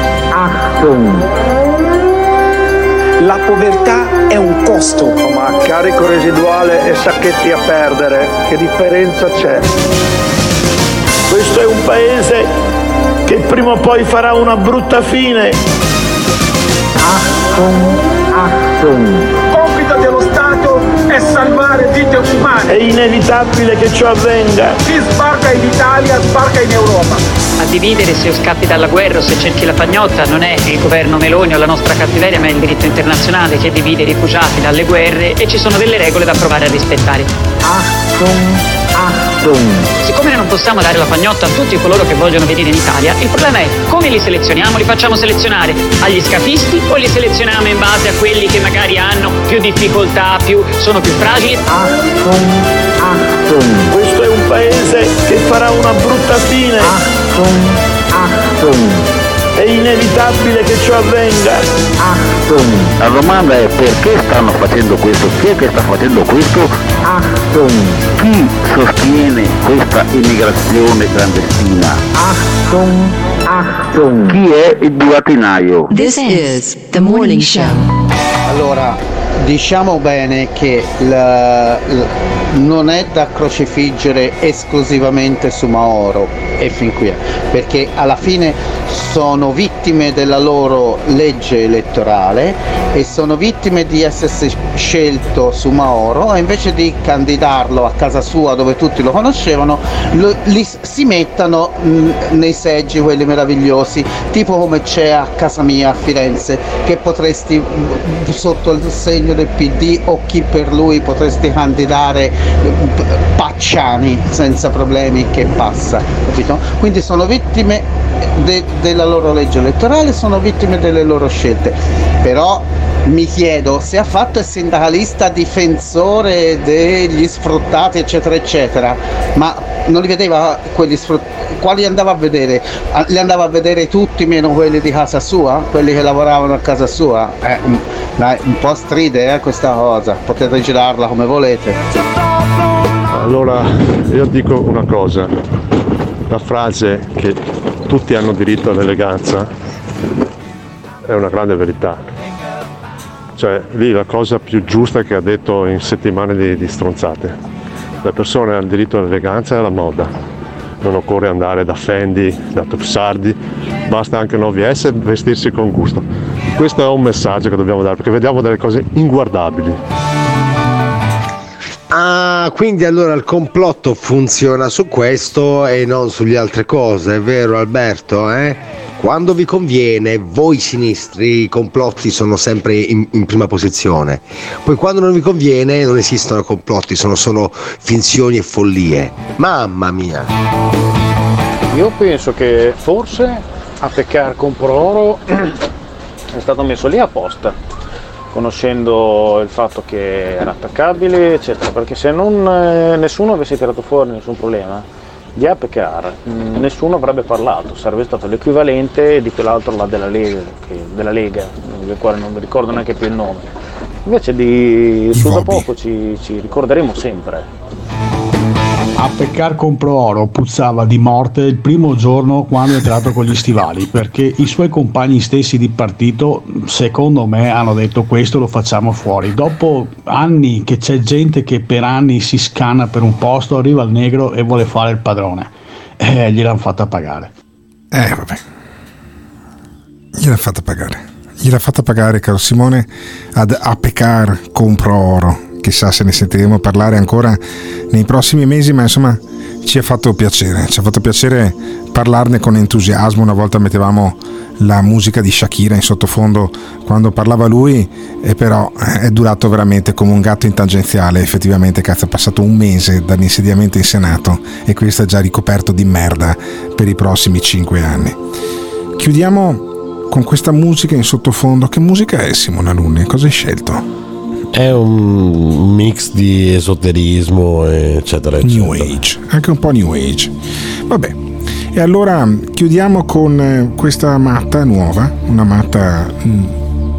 Achtung. La povertà è un costo. Ma carico residuale e sacchetti a perdere, che differenza c'è? Questo è un paese che prima o poi farà una brutta fine. Achtung, Achtung. Compito dello Stato è salvare vite umane. È inevitabile che ciò avvenga. Chi sbarca in Italia sbarca in Europa. A dividere se scappi dalla guerra o se cerchi la pagnotta non è il governo Meloni o la nostra cattiveria, ma è il diritto internazionale che divide i rifugiati dalle guerre e ci sono delle regole da provare a rispettare. Achtung, Achtung. Siccome non possiamo dare la pagnotta a tutti coloro che vogliono venire in Italia, il problema è come li selezioniamo, li facciamo selezionare agli scafisti o li selezioniamo in base a quelli che magari hanno più difficoltà, più, sono più fragili? Achtung, Achtung. Questo è un paese che farà una brutta fine. Achtung, Achtung. È inevitabile che ciò avvenga. Achtung. La domanda è perché stanno facendo questo? Chi è che sta facendo questo? Achtung. Chi sostiene questa immigrazione clandestina? Achtung, Achtung. Chi è il burattinaio? This is the morning show. Allora, diciamo bene che la, la, non è da crocifiggere esclusivamente su Mauro e fin qui, perché alla fine sono vittime della loro legge elettorale e sono vittime di essersi scelto su Mauro, e invece di candidarlo a casa sua dove tutti lo conoscevano, lo, li, si mettano mh, nei seggi quelli meravigliosi, tipo come c'è a casa mia a Firenze, che potresti mh, sotto il segno del P D o chi per lui potresti candidare mh, Pacciani senza problemi, che passa, capito? Quindi sono vittime de, della loro legge elettorale, sono vittime delle loro scelte. Però mi chiedo se ha fatto il sindacalista difensore degli sfruttati eccetera eccetera, ma non li vedeva quelli sfruttati? Quali andava a vedere? Li andava a vedere tutti meno quelli di casa sua, quelli che lavoravano a casa sua? Eh, dai, un po' stride eh, questa cosa, potete girarla come volete. Allora io dico una cosa, la frase che tutti hanno diritto all'eleganza è una grande verità. Cioè lì la cosa più giusta che ha detto in settimane di, di stronzate. Le persone hanno diritto all'eleganza e alla moda. non occorre andare da Fendi, da Topsardi, basta anche un O V S e vestirsi con gusto. Questo è un messaggio che dobbiamo dare, perché vediamo delle cose inguardabili. Ah, quindi allora il complotto funziona su questo e non sulle altre cose, è vero Alberto? Eh? Quando vi conviene, voi sinistri, i complotti sono sempre in, in prima posizione. Poi quando non vi conviene non esistono complotti, sono solo finzioni e follie. Mamma mia! Io penso che forse a peccare compro oro è stato messo lì apposta, conoscendo il fatto che era attaccabile eccetera, perché se non eh, nessuno avesse tirato fuori nessun problema di A P K R, mh, nessuno avrebbe parlato, sarebbe stato l'equivalente di quell'altro là della Lega, che, della Lega, del quale non mi ricordo neanche più il nome. Invece di su da poco ci, ci ricorderemo sempre. A peccar compro oro puzzava di morte il primo giorno quando è entrato con gli stivali, perché i suoi compagni stessi di partito secondo me hanno detto questo lo facciamo fuori. Dopo anni che c'è gente che per anni si scanna per un posto, arriva il negro e vuole fare il padrone e eh, gliel'hanno fatta pagare. Eh vabbè, gliel'ha fatta pagare gliel'ha fatta pagare caro Simone. Ad a peccar compro oro, chissà se ne sentiremo parlare ancora nei prossimi mesi, ma insomma ci ha fatto piacere, ci ha fatto piacere parlarne con entusiasmo. Una volta mettevamo la musica di Shakira in sottofondo quando parlava lui, e però è durato veramente come un gatto in tangenziale. Effettivamente cazzo è passato un mese dall'insediamento in Senato e questo è già ricoperto di merda per i prossimi cinque anni. Chiudiamo con questa musica in sottofondo. Che musica è, Simone Alunni? Cosa hai scelto? È un mix di esoterismo eccetera eccetera. New Age, anche un po' New Age. Vabbè, e allora chiudiamo con questa matta nuova, una matta mh,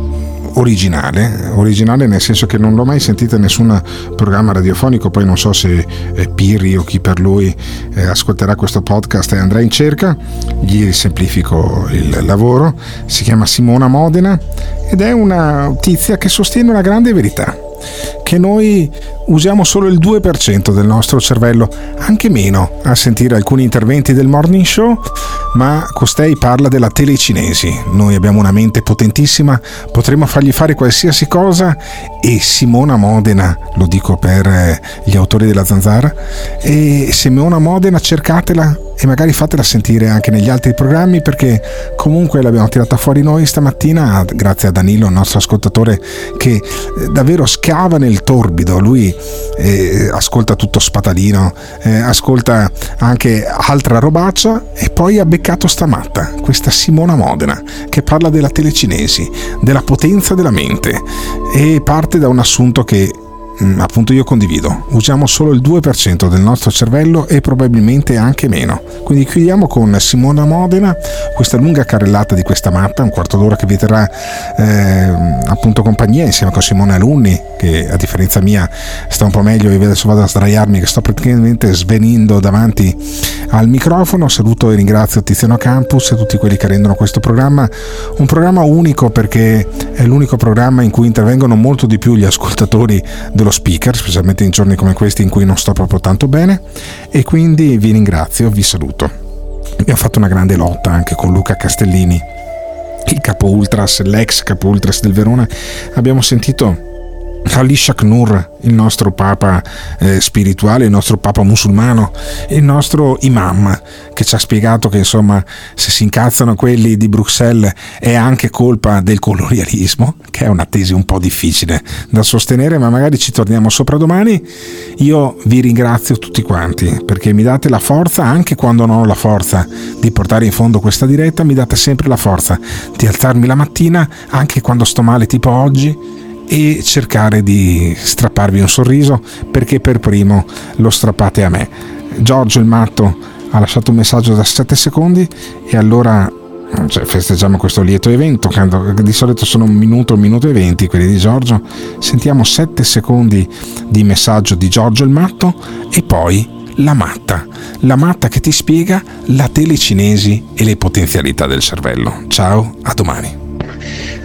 originale, originale nel senso che non l'ho mai sentita in nessun programma radiofonico, poi non so se eh, Pirri o chi per lui eh, ascolterà questo podcast e andrà in cerca, gli semplifico il lavoro. Si chiama Simona Modena ed è una tizia che sostiene una grande verità, che noi usiamo solo il due per cento del nostro cervello, anche meno a sentire alcuni interventi del morning show, ma costei parla della telecinesi. Noi abbiamo una mente potentissima, potremmo fargli fare qualsiasi cosa, e Simona Modena, lo dico per gli autori della Zanzara, e Simona Modena cercatela e magari fatela sentire anche negli altri programmi, perché comunque l'abbiamo tirata fuori noi stamattina grazie a Danilo, il nostro ascoltatore, che davvero scava nel torbido. Lui eh, ascolta tutto spatalino, eh, ascolta anche altra robaccia, e poi ha beccato sta matta, questa Simona Modena, che parla della telecinesi, della potenza della mente, e parte da un assunto che appunto io condivido: usiamo solo il due per cento del nostro cervello e probabilmente anche meno. Quindi chiudiamo con Simona Modena, questa lunga carrellata di questa matta, un quarto d'ora che vi terrà eh, appunto compagnia insieme con Simone Alunni, che a differenza mia sta un po' meglio. Io adesso vado a sdraiarmi che sto praticamente svenendo davanti al microfono. Saluto e ringrazio Tiziano Campus e tutti quelli che rendono questo programma un programma unico, perché è l'unico programma in cui intervengono molto di più gli ascoltatori dello speaker, specialmente in giorni come questi in cui non sto proprio tanto bene, e quindi vi ringrazio, vi saluto. Abbiamo fatto una grande lotta anche con Luca Castellini, il capo ultras, l'ex capo ultras del Verona. Abbiamo sentito Ali Shaknur, il nostro papa eh, spirituale, il nostro papa musulmano, il nostro imam, che ci ha spiegato che insomma se si incazzano quelli di Bruxelles è anche colpa del colonialismo, che è una tesi un po' difficile da sostenere, ma magari ci torniamo sopra domani. Io vi ringrazio tutti quanti perché mi date la forza, anche quando non ho la forza di portare in fondo questa diretta, mi date sempre la forza di alzarmi la mattina anche quando sto male, tipo oggi, e cercare di strapparvi un sorriso, perché per primo lo strappate a me. Giorgio il matto ha lasciato un messaggio da sette secondi, e allora cioè, festeggiamo questo lieto evento, che di solito sono un minuto, un minuto e venti quelli di Giorgio. Sentiamo sette secondi di messaggio di Giorgio il matto e poi la matta, la matta che ti spiega la telecinesi e le potenzialità del cervello. Ciao, a domani.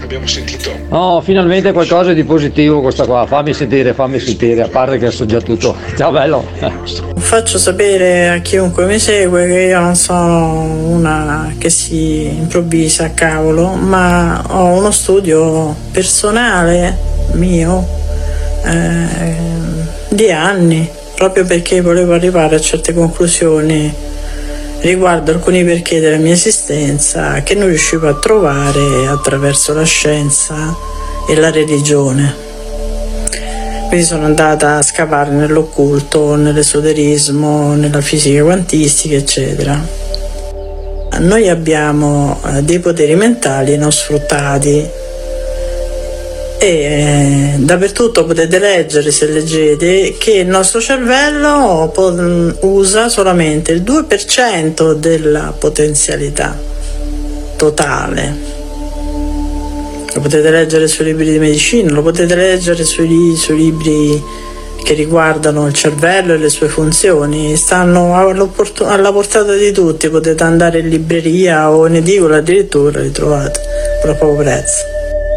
abbiamo sentito. Oh, finalmente qualcosa di positivo questa qua. Fammi sentire, fammi sentire, a parte che so già tutto. Ciao bello. Faccio sapere a chiunque mi segue che io non sono una che si improvvisa a cavolo, ma ho uno studio personale mio eh, di anni, proprio perché volevo arrivare a certe conclusioni riguardo alcuni perché della mia esistenza che non riuscivo a trovare attraverso la scienza e la religione. Quindi sono andata a scavare nell'occulto, nell'esoterismo, nella fisica quantistica, eccetera. Noi abbiamo eh, dei poteri mentali non sfruttati e eh, dappertutto potete leggere, se leggete, che il nostro cervello po- usa solamente il due per cento della potenzialità totale. Lo potete leggere sui libri di medicina, lo potete leggere sui, sui libri che riguardano il cervello e le sue funzioni, stanno alla portata di tutti, potete andare in libreria o in edicola addirittura, li trovate per poco prezzo.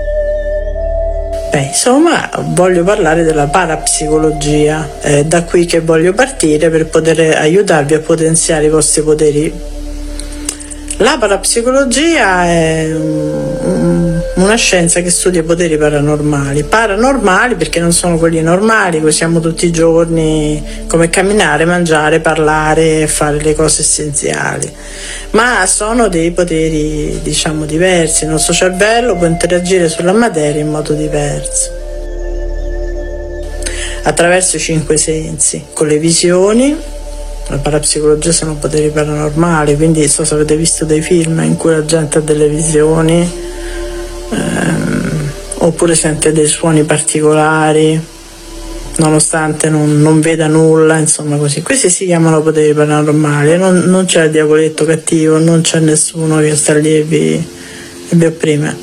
Beh, insomma, voglio parlare della parapsicologia, è da qui che voglio partire per poter aiutarvi a potenziare i vostri poteri. La parapsicologia è una scienza che studia i poteri paranormali. Paranormali perché non sono quelli normali, che usiamo tutti i giorni, come camminare, mangiare, parlare e fare le cose essenziali, ma sono dei poteri, diciamo, diversi. Il nostro cervello può interagire sulla materia in modo diverso, attraverso i cinque sensi, con le visioni. La parapsicologia sono poteri paranormali, quindi so se avete visto dei film in cui la gente ha delle visioni ehm, oppure sente dei suoni particolari nonostante non, non veda nulla, insomma così. Questi si chiamano poteri paranormali, non, non c'è il diavoletto cattivo, non c'è nessuno che sta lì e vi, e vi opprime.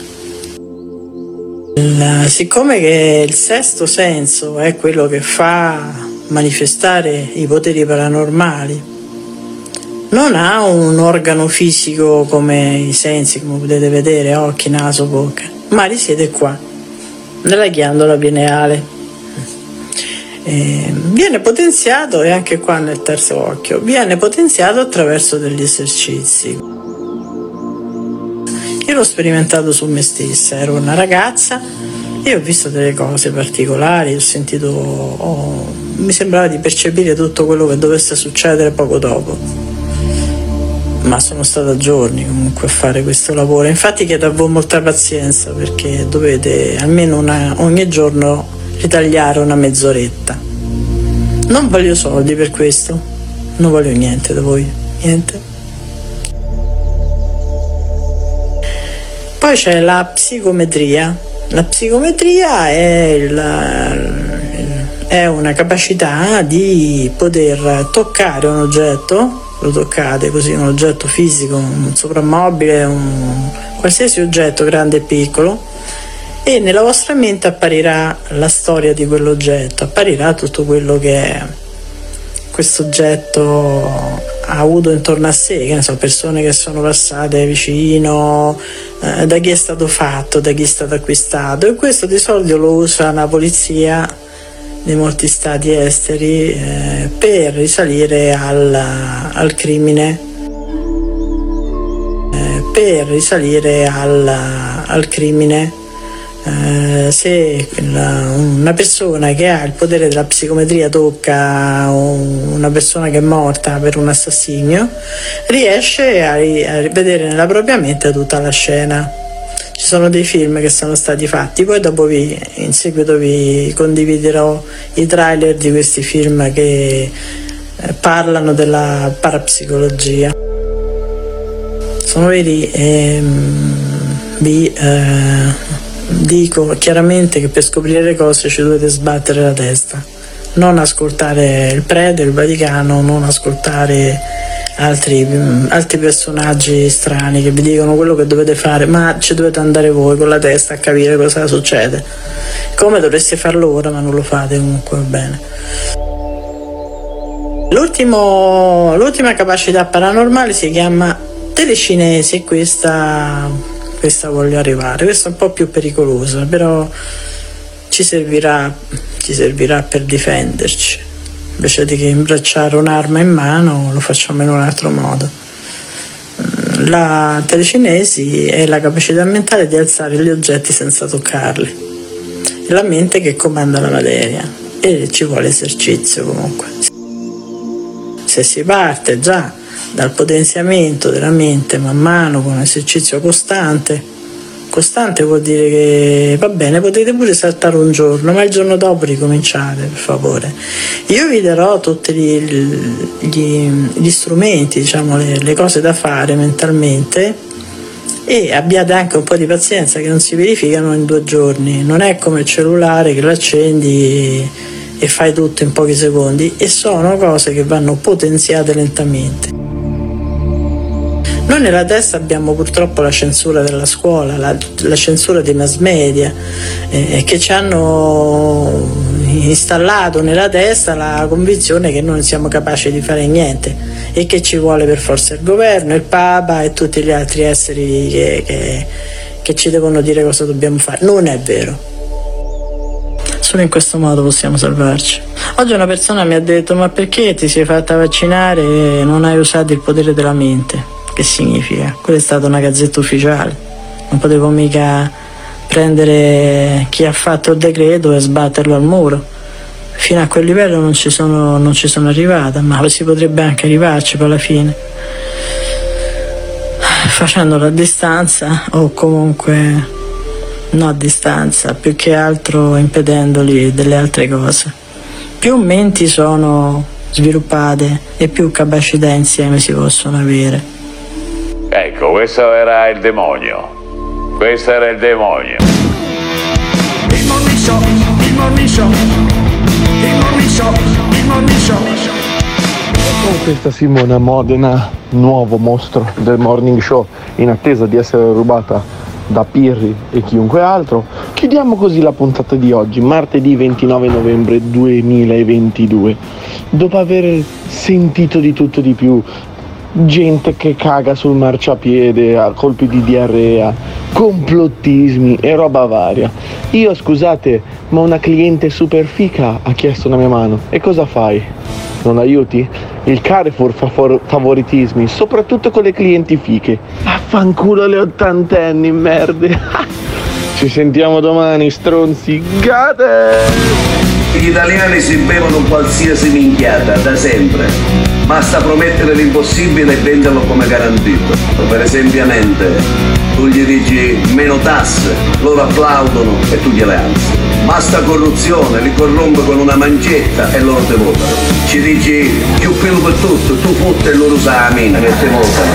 Il, siccome che il sesto senso è quello che fa manifestare i poteri paranormali, non ha un organo fisico come i sensi, come potete vedere, occhi, naso, bocca, ma risiede qua, nella ghiandola pineale. E viene potenziato, e anche qua nel terzo occhio, viene potenziato attraverso degli esercizi. Io l'ho sperimentato su me stessa, ero una ragazza e ho visto delle cose particolari, ho sentito, ho, mi sembrava di percepire tutto quello che dovesse succedere poco dopo, ma sono stata giorni comunque a fare questo lavoro. Infatti chiedo a voi molta pazienza, perché dovete almeno una, ogni giorno ritagliare una mezz'oretta. Non voglio soldi per questo, non voglio niente da voi, niente. Poi c'è la psicometria. La psicometria è, il, è una capacità di poter toccare un oggetto, lo toccate così, un oggetto fisico, un soprammobile, un qualsiasi oggetto grande e piccolo, e nella vostra mente apparirà la storia di quell'oggetto, apparirà tutto quello che questo oggetto ha avuto intorno a sé, che ne so, persone che sono passate vicino, eh, da chi è stato fatto, da chi è stato acquistato, e questo di solito lo usa la polizia di molti stati esteri eh, per risalire al, al crimine, eh, per risalire al, al crimine. Uh, se la, una persona che ha il potere della psicometria tocca una persona che è morta per un assassinio, riesce a, a rivedere nella propria mente tutta la scena. Ci sono dei film che sono stati fatti, poi dopo vi, in seguito vi condividerò i trailer di questi film che eh, parlano della parapsicologia. Sono veri e vi eh, dico chiaramente che per scoprire le cose ci dovete sbattere la testa, non ascoltare il prete, il Vaticano, non ascoltare altri, altri personaggi strani che vi dicono quello che dovete fare, ma ci dovete andare voi con la testa a capire cosa succede, come dovreste farlo ora, ma non lo fate comunque, va bene. L'ultimo, l'ultima capacità paranormale si chiama telecinesi, e questa questa voglio arrivare. Questa è un po' più pericolosa, però ci servirà, ci servirà per difenderci. Invece di che imbracciare un'arma in mano, lo facciamo in un altro modo. La telecinesi è la capacità mentale di alzare gli oggetti senza toccarli. È la mente che comanda la materia e ci vuole esercizio comunque. Se si parte già dal potenziamento della mente man mano con un esercizio costante, costante vuol dire che va bene, potete pure saltare un giorno, ma il giorno dopo ricominciate, per favore. Io vi darò tutti gli, gli, gli strumenti, diciamo, le, le cose da fare mentalmente, e abbiate anche un po' di pazienza, che non si verificano in due giorni. Non è come il cellulare che l'accendi e fai tutto in pochi secondi, e sono cose che vanno potenziate lentamente. Noi nella testa abbiamo purtroppo la censura della scuola, la, la censura dei mass media, eh, che ci hanno installato nella testa la convinzione che noi non siamo capaci di fare niente e che ci vuole per forza il governo, il Papa e tutti gli altri esseri che, che, che ci devono dire cosa dobbiamo fare. Non è vero. Solo in questo modo possiamo salvarci. Oggi una persona mi ha detto: ma perché ti sei fatta vaccinare e non hai usato il potere della mente? Che significa? Quella è stata una gazzetta ufficiale, non potevo mica prendere chi ha fatto il decreto e sbatterlo al muro. Fino a quel livello non ci sono, non ci sono arrivata, ma si potrebbe anche arrivarci poi alla fine, facendolo a distanza, o comunque no a distanza, più che altro impedendoli delle altre cose. Più menti sono sviluppate e più capacità insieme si possono avere. Ecco, questo era il demonio. Questo era il demonio. Il Morning Show, il Morning Show, il Morning Show, il Morning Show. Con questa Simona Modena, nuovo mostro del Morning Show, in attesa di essere rubata da Pirri e chiunque altro, chiudiamo così la puntata di oggi, martedì ventinove novembre duemilaventidue. Dopo aver sentito di tutto di più, gente che caga sul marciapiede a colpi di diarrea, complottismi e roba varia. Io, scusate, ma una cliente super fica ha chiesto una mia mano. E cosa fai? Non aiuti? Il Carrefour fa for- favoritismi, soprattutto con le clienti fiche. Affanculo le ottantenni, merde. Ci sentiamo domani, stronzi. Gate! Gli italiani si bevono qualsiasi minchiata, da sempre. Basta promettere l'impossibile e venderlo come garantito. Per esempio, tu gli dici meno tasse, loro applaudono e tu gliele alzi. Basta corruzione, li corrompe con una mancetta e loro te votano. Ci dici più pelo per tutto, tu fotte e loro usa la mina che te votano.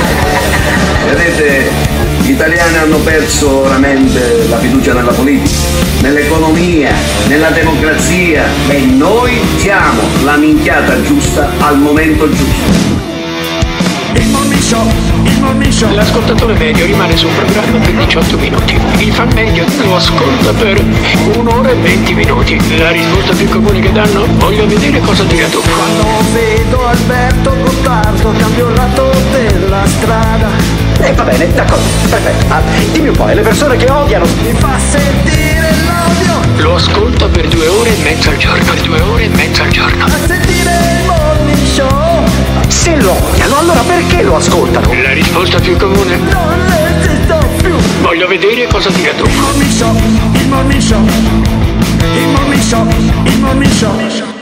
Vedete, gli italiani hanno perso veramente la fiducia nella politica, nell'economia, nella democrazia, e noi siamo la minchiata giusta al momento giusto. Il Morning Show, il Morning Show. L'ascoltatore medio rimane sul programma per diciotto minuti. Il fan medio lo ascolta per un'ora e venti minuti. La risposta più comune che danno: voglio vedere cosa dirà dopo. Quando vedo Alberto Gottardo cambio il lato della strada. E eh, va bene, d'accordo, perfetto. Ah, dimmi un po', e le persone che odiano? Mi fa sentire l'odio. Lo ascolta per due ore e mezza al giorno. Per due ore e mezza al giorno. A sentire il Morning Show. Se lo odiano, allora perché lo ascoltano? La risposta più comune: non esisto più. Voglio vedere cosa dirà dopo. Il Morning Show, il Morning Show, il Morning Show, il Morning Show.